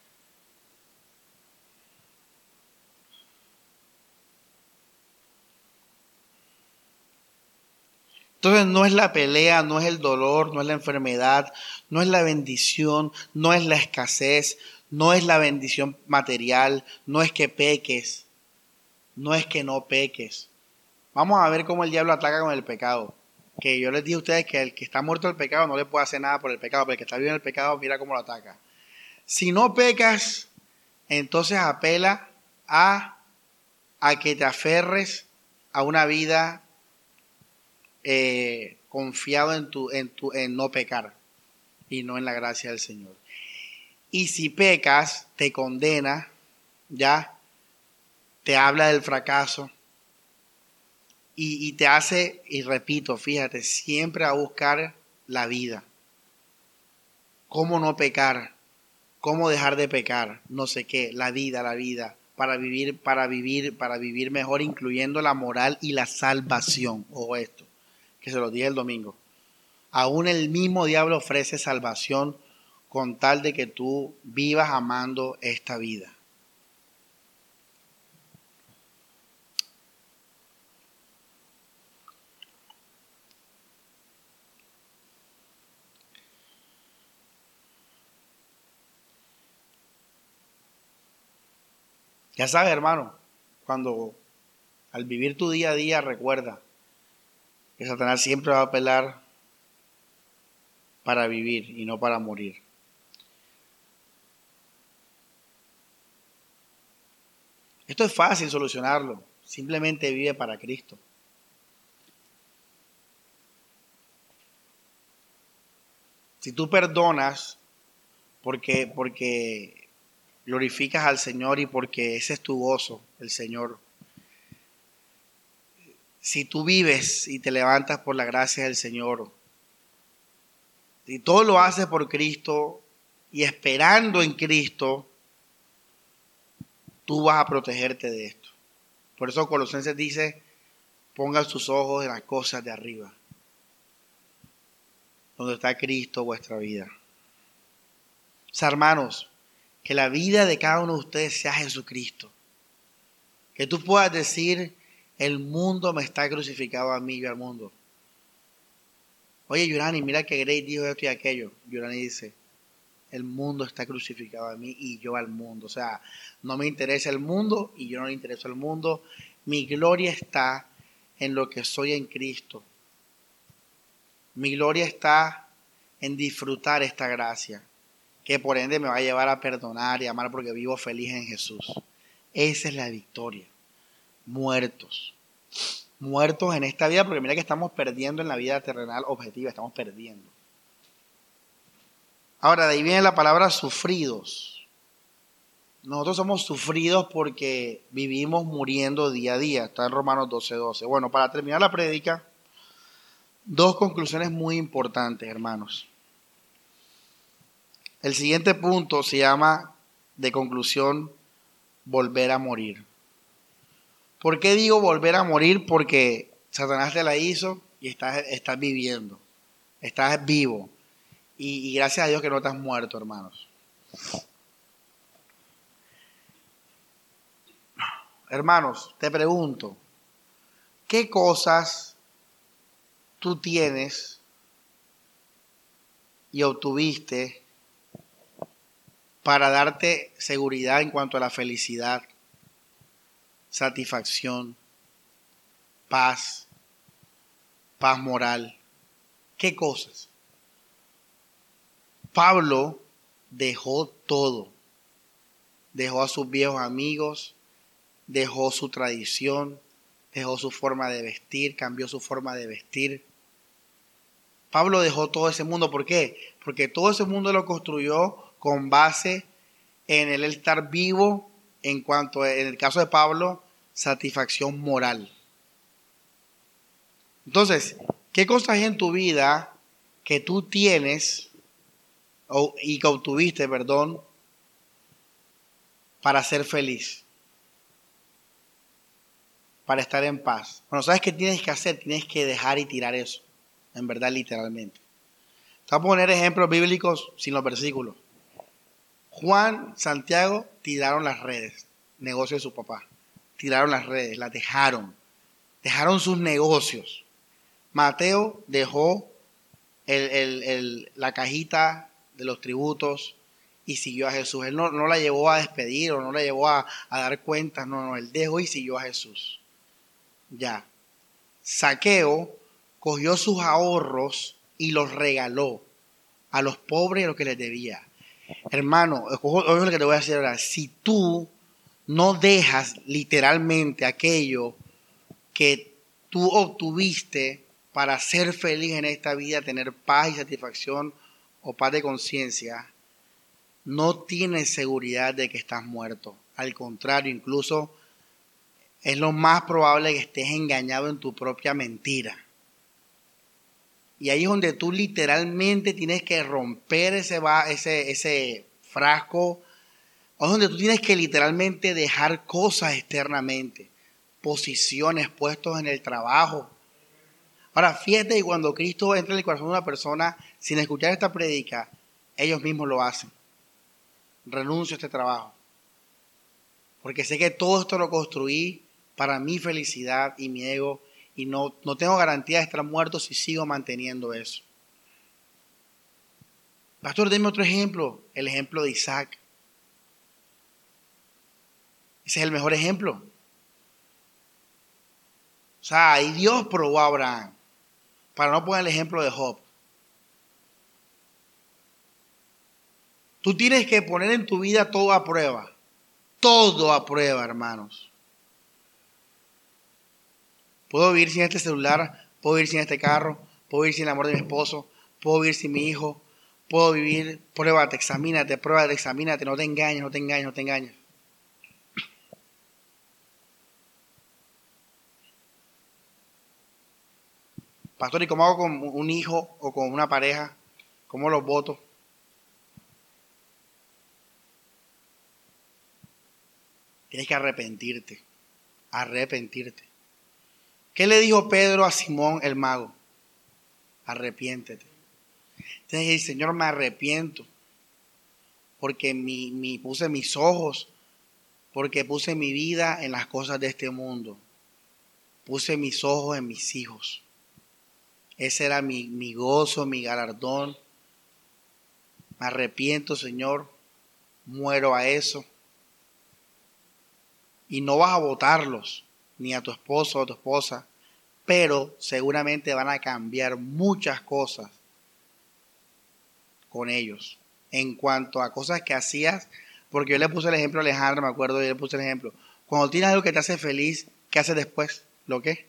Speaker 1: Entonces no es la pelea, no es el dolor, no es la enfermedad, no es la bendición, no es la escasez, no es la bendición material, no es que peques, no es que no peques. Vamos a ver cómo el diablo ataca con el pecado. Que yo les dije a ustedes que el que está muerto del pecado no le puede hacer nada por el pecado, pero el que está vivo en el pecado, mira cómo lo ataca. Si no pecas, entonces apela a a que te aferres a una vida eh, confiado en, tu, en, tu, en no pecar y no en la gracia del Señor. Y si pecas, te condena, ya, te habla del fracaso y, y te hace, y repito, fíjate, siempre a buscar la vida. ¿Cómo no pecar? ¿Cómo dejar de pecar? No sé qué, la vida, la vida, para vivir, para vivir, para vivir mejor, incluyendo la moral y la salvación. Ojo esto, que se lo dije el domingo. Aún el mismo diablo ofrece salvación con tal de que tú vivas amando esta vida. Ya sabes, hermano, cuando al vivir tu día a día recuerda que Satanás siempre va a apelar para vivir y no para morir. Esto es fácil solucionarlo. Simplemente vive para Cristo. Si tú perdonas porque, porque glorificas al Señor y porque ese es tu gozo, el Señor. Si tú vives y te levantas por la gracia del Señor, si todo lo haces por Cristo y esperando en Cristo, tú vas a protegerte de esto. Por eso Colosenses dice, pongan sus ojos en las cosas de arriba, donde está Cristo vuestra vida. O sea, hermanos, que la vida de cada uno de ustedes sea Jesucristo. Que tú puedas decir, el mundo me está crucificado a mí y yo al mundo. Oye, Yurani, mira que Grace dijo esto y aquello. Yurani dice, el mundo está crucificado a mí y yo al mundo. O sea, no me interesa el mundo y yo no le intereso al mundo. Mi gloria está en lo que soy en Cristo. Mi gloria está en disfrutar esta gracia, que por ende me va a llevar a perdonar y amar porque vivo feliz en Jesús. Esa es la victoria. Muertos. Muertos en esta vida, porque mira que estamos perdiendo en la vida terrenal objetiva, estamos perdiendo. Ahora, de ahí viene la palabra sufridos. Nosotros somos sufridos porque vivimos muriendo día a día. Está en Romanos doce doce. Bueno, para terminar la prédica, dos conclusiones muy importantes, hermanos. El siguiente punto se llama, de conclusión, volver a morir. ¿Por qué digo volver a morir? Porque Satanás te la hizo y estás, estás viviendo. Estás vivo. Y, y gracias a Dios que no estás muerto, hermanos. Hermanos, te pregunto, ¿qué cosas tú tienes y obtuviste para darte seguridad en cuanto a la felicidad, satisfacción, paz, paz moral? ¿Qué cosas? Pablo dejó todo. Dejó a sus viejos amigos, dejó su tradición, dejó su forma de vestir, cambió su forma de vestir. Pablo dejó todo ese mundo. ¿Por qué? Porque todo ese mundo lo construyó con base en el estar vivo, en cuanto, en el caso de Pablo, satisfacción moral. Entonces, ¿qué cosas hay en tu vida que tú tienes o, y que obtuviste, perdón, para ser feliz? Para estar en paz. Bueno, ¿sabes qué tienes que hacer? Tienes que dejar y tirar eso. En verdad, literalmente. Te voy a poner ejemplos bíblicos sin los versículos. Juan, Santiago tiraron las redes. Negocio de su papá. Tiraron las redes, las dejaron. Dejaron sus negocios. Mateo dejó el, el, el, la cajita de los tributos y siguió a Jesús. Él no, no la llevó a despedir o no la llevó a, a dar cuentas. No, no, él dejó y siguió a Jesús. Ya. Zaqueo cogió sus ahorros y los regaló a los pobres y a los que les debía. Hermano, ojo lo que te voy a decir ahora. Si tú
Speaker 2: no dejas literalmente aquello que tú obtuviste para ser feliz en esta vida, tener paz y satisfacción o paz de conciencia, no tienes seguridad de que estás muerto. Al contrario, incluso es lo más probable que estés engañado en tu propia mentira. Y ahí es donde tú literalmente tienes que romper ese, ese, ese frasco. O es donde tú tienes que literalmente dejar cosas externamente. Posiciones, puestos en el trabajo. Ahora, fíjate que cuando Cristo entra en el corazón de una persona, sin escuchar esta prédica, ellos mismos lo hacen. Renuncio a este trabajo. Porque sé que todo esto lo construí para mi felicidad y mi ego. Y no, no tengo garantía de estar muerto si sigo manteniendo eso. Pastor, deme otro ejemplo. El ejemplo de Isaac. Ese es el mejor ejemplo. O sea, ahí Dios probó a Abraham. Para no poner el ejemplo de Job. Tú tienes que poner en tu vida todo a prueba. Todo a prueba, hermanos. Puedo vivir sin este celular, puedo vivir sin este carro, puedo vivir sin el amor de mi esposo, puedo vivir sin mi hijo, puedo vivir, pruébate, examínate, pruébate, examínate, no te engañes, no te engañes, no te engañes. Pastor, ¿y cómo hago con un hijo o con una pareja? ¿Cómo los voto? Tienes que arrepentirte, arrepentirte. ¿Qué le dijo Pedro a Simón el mago? Arrepiéntete. Tienes que decir, Señor, me arrepiento porque mi, mi, puse mis ojos, porque puse mi vida en las cosas de este mundo. Puse mis ojos en mis hijos. Ese era mi, mi gozo, mi galardón. Me arrepiento, Señor. Muero a eso. Y no vas a votarlos, ni a tu esposo o a tu esposa, pero seguramente van a cambiar muchas cosas con ellos. En cuanto a cosas que hacías, porque yo le puse el ejemplo a Alejandro, me acuerdo, yo le puse el ejemplo. Cuando tienes algo que te hace feliz, ¿qué haces después? ¿Lo qué?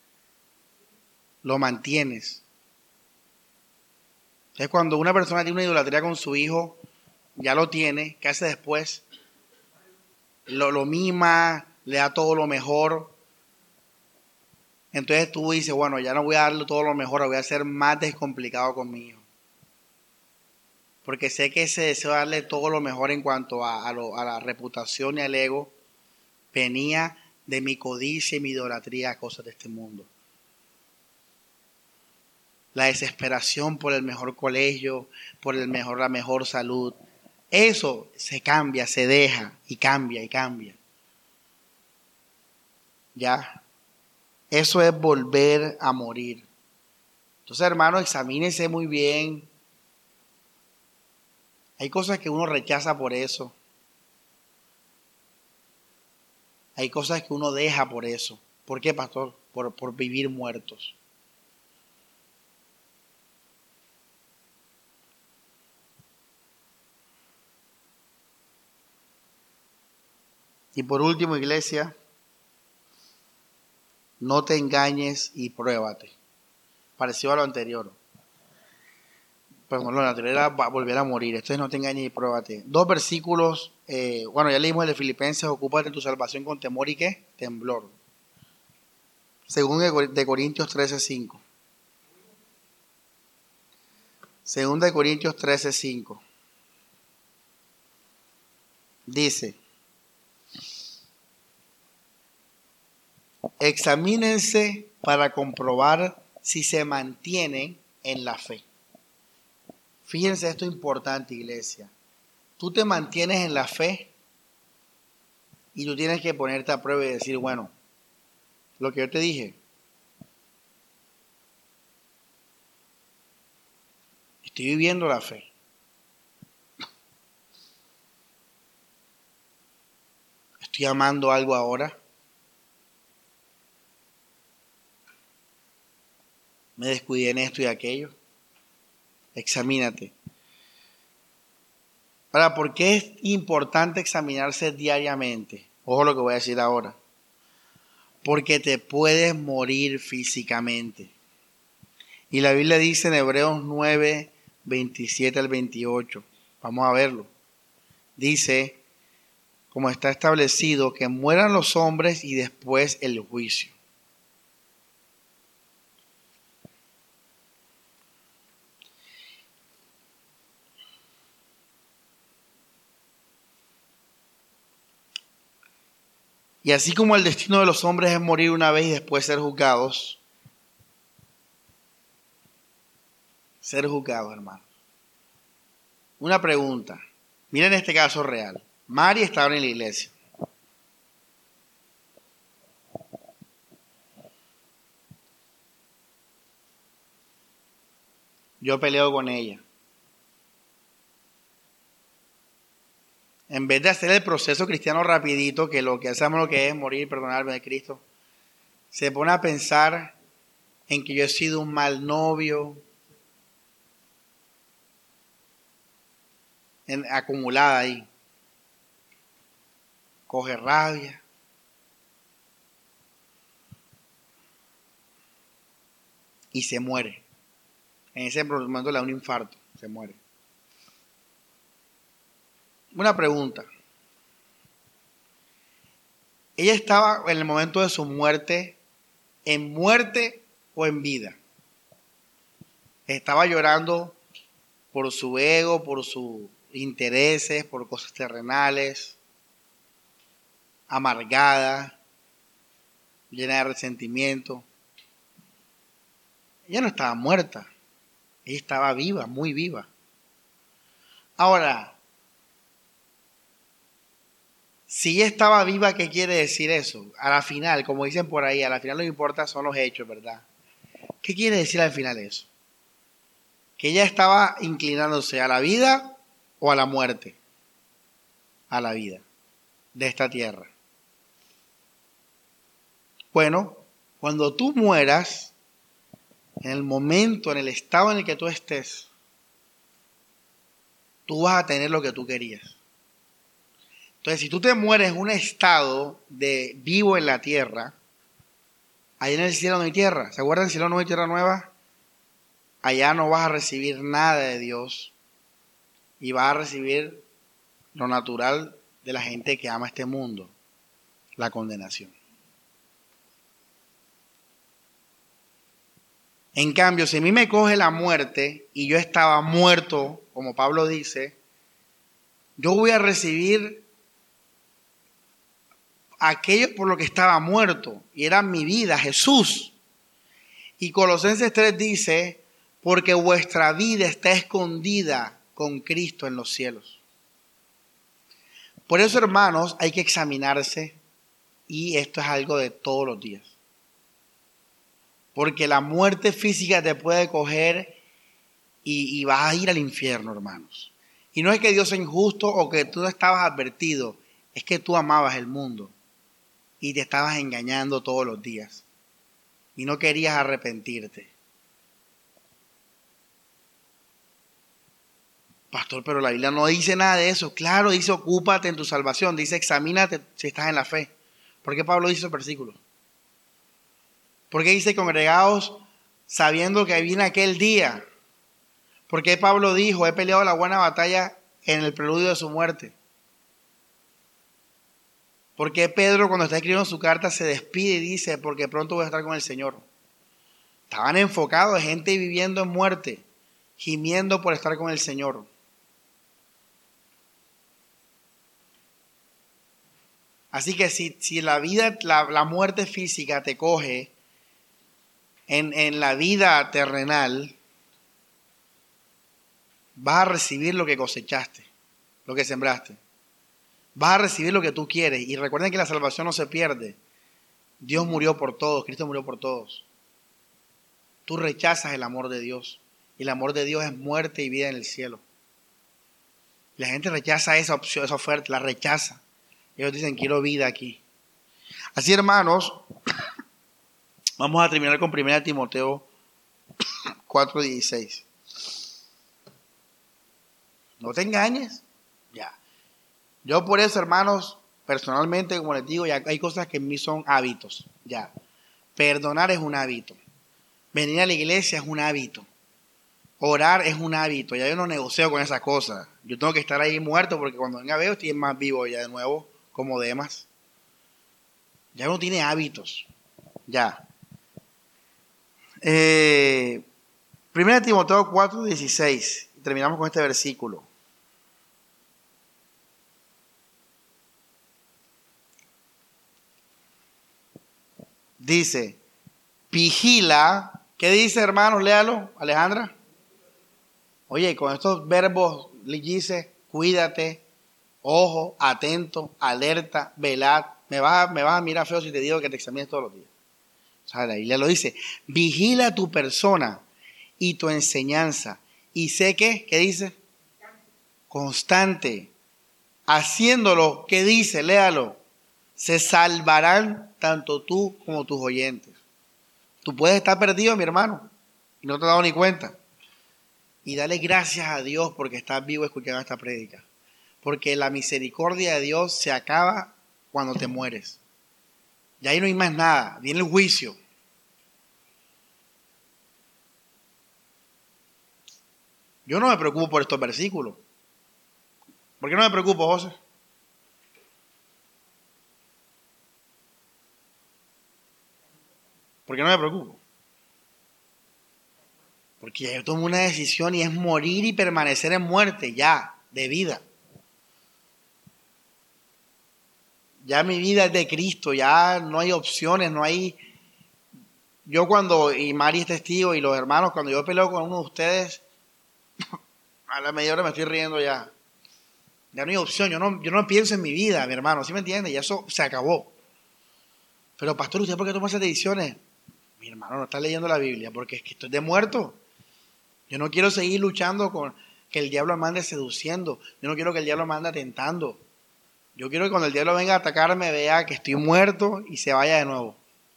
Speaker 2: Lo mantienes. Entonces, cuando una persona tiene una idolatría con su hijo, ya lo tiene, ¿qué hace después? Lo, lo mima, le da todo lo mejor. Entonces tú dices, bueno, ya no voy a darle todo lo mejor, voy a ser más descomplicado con mi hijo. Porque sé que ese deseo de darle todo lo mejor en cuanto a, a, lo, a la reputación y al ego venía de mi codicia y mi idolatría a cosas de este mundo. La desesperación por el mejor colegio, por el mejor, la mejor salud. Eso se cambia, se deja y cambia y cambia. ¿Ya? Eso es volver a morir. Entonces, hermano, examínese muy bien. Hay cosas que uno rechaza por eso. Hay cosas que uno deja por eso. ¿Por qué, pastor? Por, por vivir muertos. Y por último, iglesia, no te engañes y pruébate. Parecido a lo anterior. Pero lo anterior era volver a morir. Entonces no te engañes y pruébate. Dos versículos. Eh, bueno, ya leímos el de Filipenses. Ocúpate de tu salvación con temor y ¿qué? Temblor. Según de Corintios trece cinco. Según de Corintios trece cinco. Dice: examínense para comprobar si se mantienen en la fe. Fíjense, esto es importante, iglesia. Tú te mantienes en la fe y tú tienes que ponerte a prueba y decir, bueno, lo que yo te dije, estoy viviendo la fe. Estoy amando algo ahora. Me descuidé en esto y aquello. Examínate. Ahora, ¿por qué es importante examinarse diariamente? Ojo lo que voy a decir ahora. Porque te puedes morir físicamente. Y la Biblia dice en Hebreos nueve, veintisiete al veintiocho. Vamos a verlo. Dice, como está establecido, que mueran los hombres y después el juicio. Y así como el destino de los hombres es morir una vez y después ser juzgados, ser juzgados, hermano. Una pregunta. Miren este caso real. Mari estaba en la iglesia. Yo peleo con ella. En vez de hacer el proceso cristiano rapidito, que lo que hacemos lo que es morir, perdonarme de Cristo, se pone a pensar en que yo he sido un mal novio, en, acumulada ahí. Coge rabia. Y se muere. En ese momento le da un infarto, se muere. Una pregunta. ¿Ella estaba en el momento de su muerte, en muerte o en vida? Estaba llorando por su ego, por sus intereses, por cosas terrenales, amargada, llena de resentimiento. Ella no estaba muerta, ella estaba viva, muy viva. Ahora, si ella estaba viva, ¿qué quiere decir eso? A la final, como dicen por ahí, a la final lo que importa son los hechos, ¿verdad? ¿Qué quiere decir al final eso? Que ella estaba inclinándose a la vida o a la muerte. A la vida de esta tierra. Bueno, cuando tú mueras, en el momento, en el estado en el que tú estés, tú vas a tener lo que tú querías. Entonces, si tú te mueres en un estado de vivo en la tierra, allá en el cielo no hay tierra. ¿Se acuerdan? Cielo no hay tierra nueva. Allá no vas a recibir nada de Dios y vas a recibir lo natural de la gente que ama este mundo, la condenación. En cambio, si a mí me coge la muerte y yo estaba muerto, como Pablo dice, yo voy a recibir aquello por lo que estaba muerto, y era mi vida, Jesús. Y Colosenses tres dice, porque vuestra vida está escondida con Cristo en los cielos. Por eso, hermanos, hay que examinarse, y esto es algo de todos los días. Porque la muerte física te puede coger y, y vas a ir al infierno, hermanos. Y no es que Dios sea injusto o que tú no estabas advertido, es que tú amabas el mundo y te estabas engañando todos los días y no querías arrepentirte. Pastor, pero la Biblia no dice nada de eso. Claro, dice ocúpate en tu salvación, dice examínate si estás en la fe. ¿Por qué Pablo dice esos versículos? ¿Por qué dice congregaos sabiendo que viene aquel día? ¿Por qué Pablo dijo, he peleado la buena batalla en el preludio de su muerte? ¿Por qué Pedro, cuando está escribiendo su carta, se despide y dice, porque pronto voy a estar con el Señor? Estaban enfocados, gente viviendo en muerte, gimiendo por estar con el Señor. Así que si, si la vida, la, la muerte física te coge en, en la vida terrenal, vas a recibir lo que cosechaste, lo que sembraste. Vas a recibir lo que tú quieres. Y recuerden que la salvación no se pierde. Dios murió por todos, Cristo murió por todos. Tú rechazas el amor de Dios. Y el amor de Dios es muerte y vida en el cielo. La gente rechaza esa opción, esa oferta, la rechaza. Ellos dicen, quiero vida aquí. Así, hermanos, vamos a terminar con primera Timoteo cuatro dieciséis. No te engañes. Ya. Yo por eso, hermanos, personalmente, como les digo, ya hay cosas que en mí son hábitos, ya. Perdonar es un hábito. Venir a la iglesia es un hábito. Orar es un hábito. Ya yo no negocio con esas cosas. Yo tengo que estar ahí muerto porque cuando venga a ver estoy más vivo ya de nuevo, como Demas. Ya uno tiene hábitos. Ya. Eh, Primera Timoteo cuatro dieciséis. Terminamos con este versículo. Dice, vigila. ¿Qué dice, hermanos? Léalo, Alejandra. Oye, con estos verbos dice, cuídate, ojo, atento, alerta, velad. Me vas, me vas a mirar feo si te digo que te examines todos los días. O sea, la Biblia lo dice. Vigila tu persona y tu enseñanza. Y sé que, ¿qué dice? Constante. Haciéndolo, ¿qué dice? Léalo. Se salvarán tanto tú como tus oyentes. Tú puedes estar perdido, mi hermano, y no te has dado ni cuenta. Y dale gracias a Dios porque estás vivo escuchando esta prédica. Porque la misericordia de Dios se acaba cuando te mueres. Y ahí no hay más nada. Viene el juicio. Yo no me preocupo por estos versículos. ¿Por qué no me preocupo, José? ¿Por qué no me preocupo? Porque ya yo tomo una decisión y es morir y permanecer en muerte, ya, de vida. Ya mi vida es de Cristo, ya no hay opciones, no hay... Yo cuando, y Mari es testigo, y los hermanos, cuando yo peleo con uno de ustedes, a la media hora me estoy riendo ya. Ya no hay opción, yo no, yo no pienso en mi vida, mi hermano, ¿sí me entiende? Y eso se acabó. Pero pastor, ¿usted por qué toma esas decisiones? Mi hermano no está leyendo la Biblia, porque es que estoy de muerto. Yo no quiero seguir luchando con que el diablo me ande seduciendo. Yo no quiero que el diablo me ande tentando. Yo quiero que cuando el diablo venga a atacarme vea que estoy muerto y se vaya de nuevo.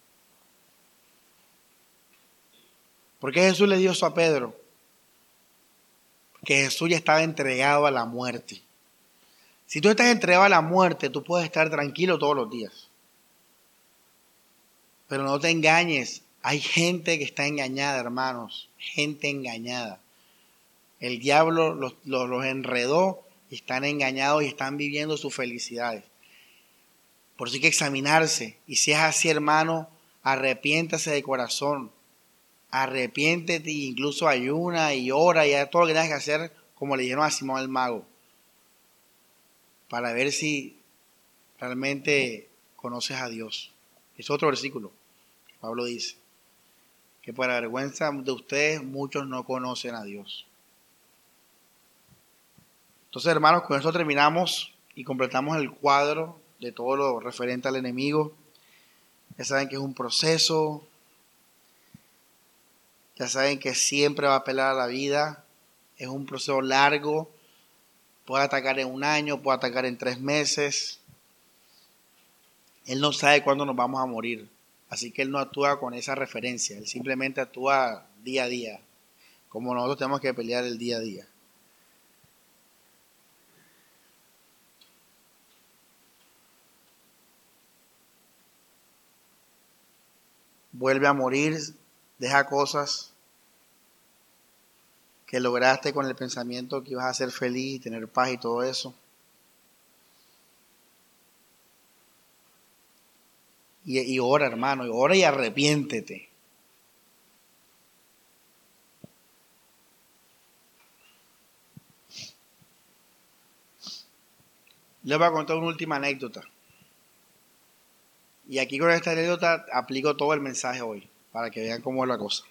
Speaker 2: ¿Por qué Jesús le dio eso a Pedro? Porque Jesús ya estaba entregado a la muerte. Si tú estás entregado a la muerte, tú puedes estar tranquilo todos los días. Pero no te engañes. Hay gente que está engañada, hermanos. Gente engañada. El diablo los, los, los enredó y están engañados y están viviendo sus felicidades. Por eso hay que examinarse. Y si es así, hermano, arrepiéntase de corazón. Arrepiéntete e incluso ayuna y ora y haz todo lo que tengas que hacer, como le dijeron a Simón el Mago, para ver si realmente conoces a Dios. Es otro versículo. Pablo dice que por la vergüenza de ustedes muchos no conocen a Dios. Entonces, hermanos, con esto terminamos y completamos el cuadro de todo lo referente al enemigo. Ya saben que es un proceso. Ya saben que siempre va a apelar a la vida. Es un proceso largo. Puede atacar en un año, puede atacar en tres meses. Él no sabe cuándo nos vamos a morir. Así que Él no actúa con esa referencia. Él simplemente actúa día a día. Como nosotros tenemos que pelear el día a día. Vuelve a morir. Deja cosas que lograste con el pensamiento que ibas a ser feliz, tener paz y todo eso. Y, y ora, hermano, y ora y arrepiéntete. Les voy a contar una última anécdota. Y aquí con esta anécdota aplico todo el mensaje hoy, para que vean cómo es la cosa.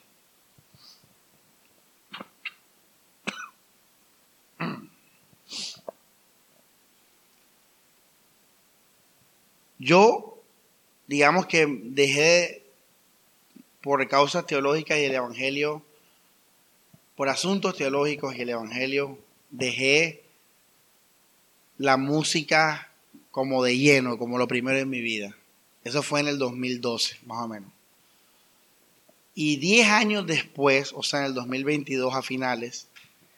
Speaker 2: Yo, digamos que dejé por causas teológicas y el evangelio, por asuntos teológicos y el evangelio, dejé la música como de lleno, como lo primero en mi vida. Eso fue en el dos mil doce, más o menos. Y diez años después, o sea, en el dos mil veintidós a finales,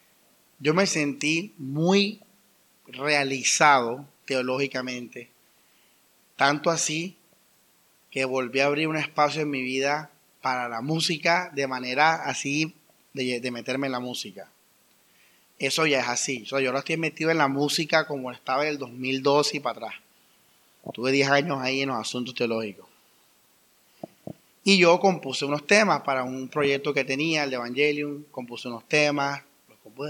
Speaker 2: yo me sentí muy realizado teológicamente Tanto así que volví a abrir un espacio en mi vida para la música de manera así de, de meterme en la música. Eso ya es así. O sea, yo ahora estoy metido en la música como estaba en el dos mil doce y para atrás. Tuve diez años ahí en los asuntos teológicos. Y yo compuse unos temas para un proyecto que tenía, el de Evangelium. Compuse unos temas. Los compuse,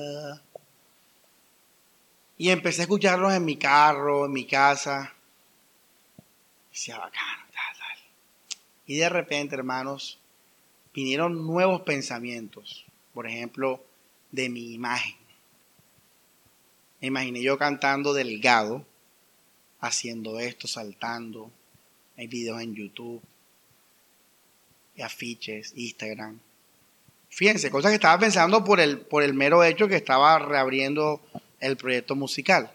Speaker 2: y empecé a escucharlos en mi carro, en mi casa. Y decía, bacano, tal, tal. Y de repente, hermanos, vinieron nuevos pensamientos. Por ejemplo, de mi imagen. Me imaginé yo cantando delgado, haciendo esto, saltando. Hay videos en YouTube, y afiches, Instagram. Fíjense, cosas que estaba pensando por el, por el mero hecho que estaba reabriendo el proyecto musical.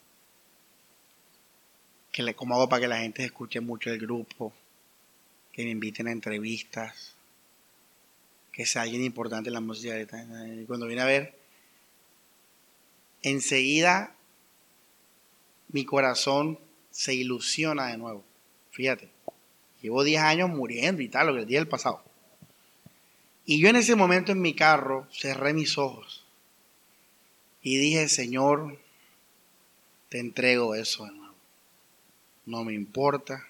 Speaker 2: Que le, ¿Cómo hago para que la gente escuche mucho el grupo? Que me inviten a entrevistas. Que sea alguien importante en la música. Cuando vine a ver, enseguida mi corazón se ilusiona de nuevo. Fíjate, llevo diez años muriendo y tal, lo que el día del pasado. Y yo en ese momento en mi carro cerré mis ojos y dije, Señor, te entrego eso de nuevo. No me importa.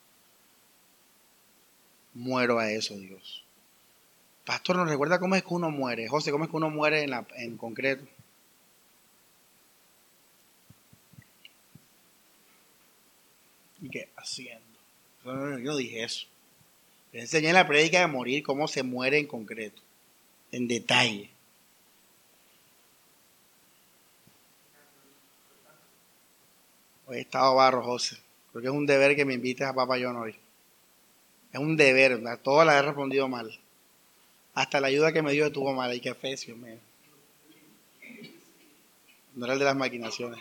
Speaker 2: Muero a eso, Dios. Pastor, ¿nos recuerda cómo es que uno muere? José, ¿cómo es que uno muere en, la, en concreto? ¿Y qué? Haciendo. Yo no dije eso. Les enseñé en la prédica de morir cómo se muere en concreto, en detalle. Hoy he estado barro, José. Creo que es un deber que me invites a Papa John hoy. Es un deber, ¿verdad? Todas las he respondido mal. Hasta la ayuda que me dio estuvo mal. Y qué fe, Dios mío. No era el de las maquinaciones.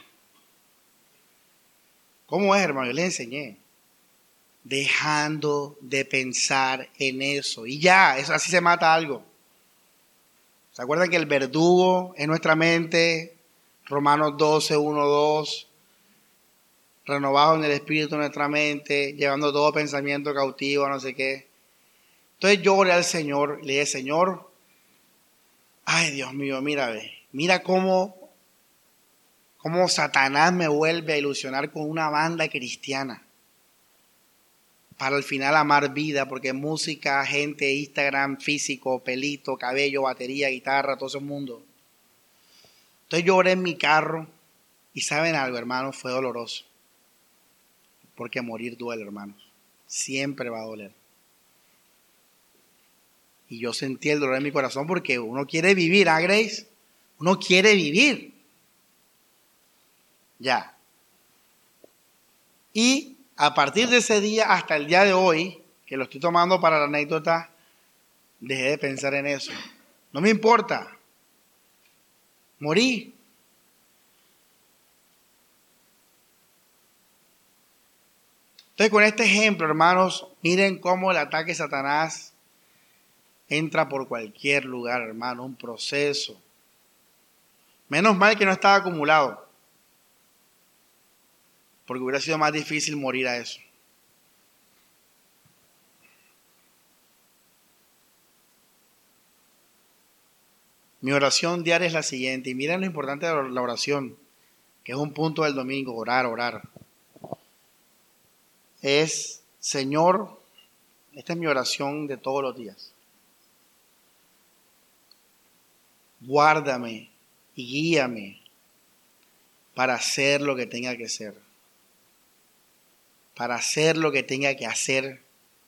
Speaker 2: ¿Cómo es, hermano? Yo les enseñé. Dejando de pensar en eso. Y ya, eso así se mata algo. ¿Se acuerdan que el verdugo es nuestra mente? Romanos doce, uno, dos. Renovado en el espíritu de nuestra mente, llevando todo pensamiento cautivo, no sé qué. Entonces yo oré al Señor, le dije, Señor, ay Dios mío, mira, ve, mira cómo, cómo Satanás me vuelve a ilusionar con una banda cristiana. Para al final amar vida, porque música, gente, Instagram, físico, pelito, cabello, batería, guitarra, todo ese mundo. Entonces yo oré en mi carro y ¿saben algo, hermanos? Fue doloroso. Porque morir duele, hermanos. Siempre va a doler. Y yo sentí el dolor en mi corazón porque uno quiere vivir, ¿ah, Grace? Uno quiere vivir. Ya. Y a partir de ese día hasta el día de hoy, que lo estoy tomando para la anécdota, dejé de pensar en eso. No me importa. Morí. Entonces, con este ejemplo, hermanos, miren cómo el ataque de Satanás entra por cualquier lugar, hermano, un proceso. Menos mal que no estaba acumulado, porque hubiera sido más difícil morir a eso. Mi oración diaria es la siguiente, y miren lo importante de la oración, que es un punto del domingo, orar, orar. Es, Señor, esta es mi oración de todos los días. Guárdame y guíame para hacer lo que tenga que hacer. Para hacer lo que tenga que hacer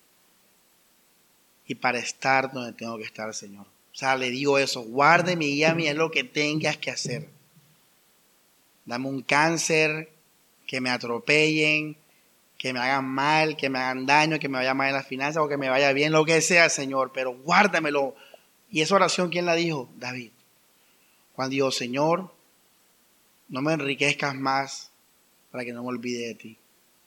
Speaker 2: y para estar donde tengo que estar, Señor. O sea, le digo eso, guárdame y guíame en lo que tengas que hacer. Dame un cáncer, que me atropellen, que me hagan mal, que me hagan daño, que me vaya mal en las finanzas o que me vaya bien, lo que sea, Señor, pero guárdamelo. Y esa oración, ¿quién la dijo? David. Cuando dijo, Señor, no me enriquezcas más para que no me olvide de ti.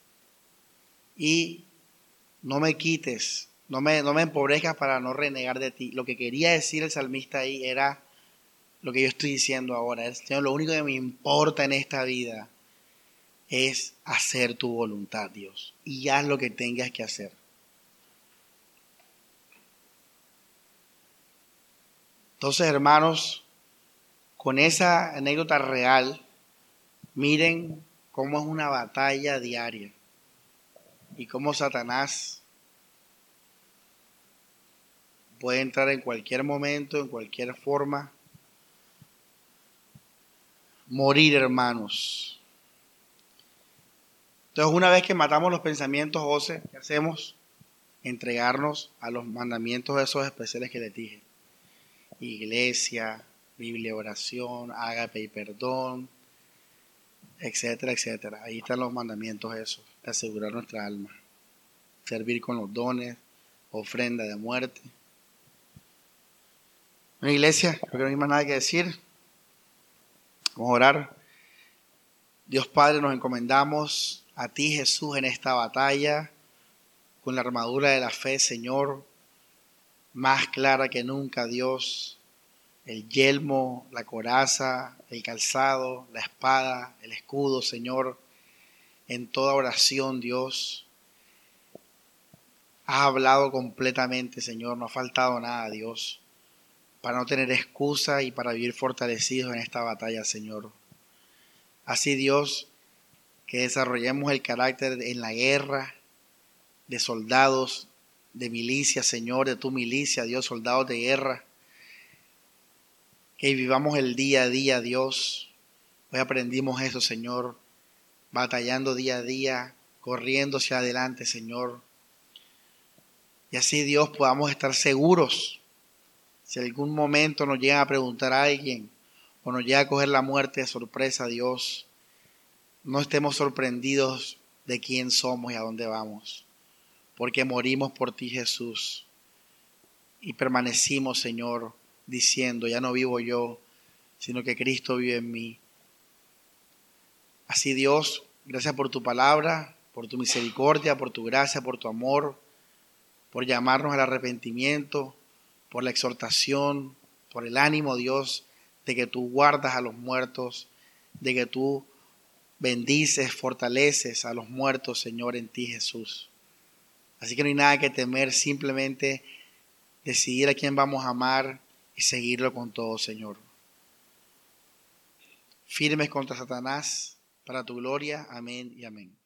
Speaker 2: Y no me quites, no me, no me empobrezcas para no renegar de ti. Lo que quería decir el salmista ahí era lo que yo estoy diciendo ahora. Señor, lo único que me importa en esta vida es hacer tu voluntad, Dios. Y haz lo que tengas que hacer. Entonces, hermanos, con esa anécdota real, miren cómo es una batalla diaria y cómo Satanás puede entrar en cualquier momento, en cualquier forma. Morir, hermanos. Entonces, una vez que matamos los pensamientos, José, ¿qué hacemos? Entregarnos a los mandamientos esos especiales que les dije. Iglesia, Biblia, oración, ágape y perdón, etcétera, etcétera. Ahí están los mandamientos esos, de asegurar nuestra alma. Servir con los dones, ofrenda de muerte. Bueno, iglesia, creo que no hay más nada que decir. Vamos a orar. Dios Padre, nos encomendamos a ti, Jesús, en esta batalla, con la armadura de la fe, Señor, más clara que nunca, Dios. El yelmo, la coraza, el calzado, la espada, el escudo, Señor. En toda oración, Dios, has hablado completamente, Señor. No ha faltado nada, Dios, para no tener excusa y para vivir fortalecidos en esta batalla, Señor. Así, Dios, que desarrollemos el carácter en la guerra de soldados, de milicia, Señor, de tu milicia, Dios, soldados de guerra. Que vivamos el día a día, Dios. Hoy aprendimos eso, Señor, batallando día a día, corriendo hacia adelante, Señor. Y así, Dios, podamos estar seguros. Si algún momento nos llega a preguntar a alguien o nos llega a coger la muerte de sorpresa, Dios, no estemos sorprendidos de quién somos y a dónde vamos, porque morimos por ti, Jesús, y permanecimos, Señor, diciendo, ya no vivo yo, sino que Cristo vive en mí. Así, Dios, gracias por tu palabra, por tu misericordia, por tu gracia, por tu amor, por llamarnos al arrepentimiento, por la exhortación, por el ánimo, Dios, de que tú guardas a los muertos, de que tú bendices, fortaleces a los muertos, Señor, en ti, Jesús. Así que no hay nada que temer, simplemente decidir a quién vamos a amar y seguirlo con todo, Señor. Firmes contra Satanás, para tu gloria. Amén y amén.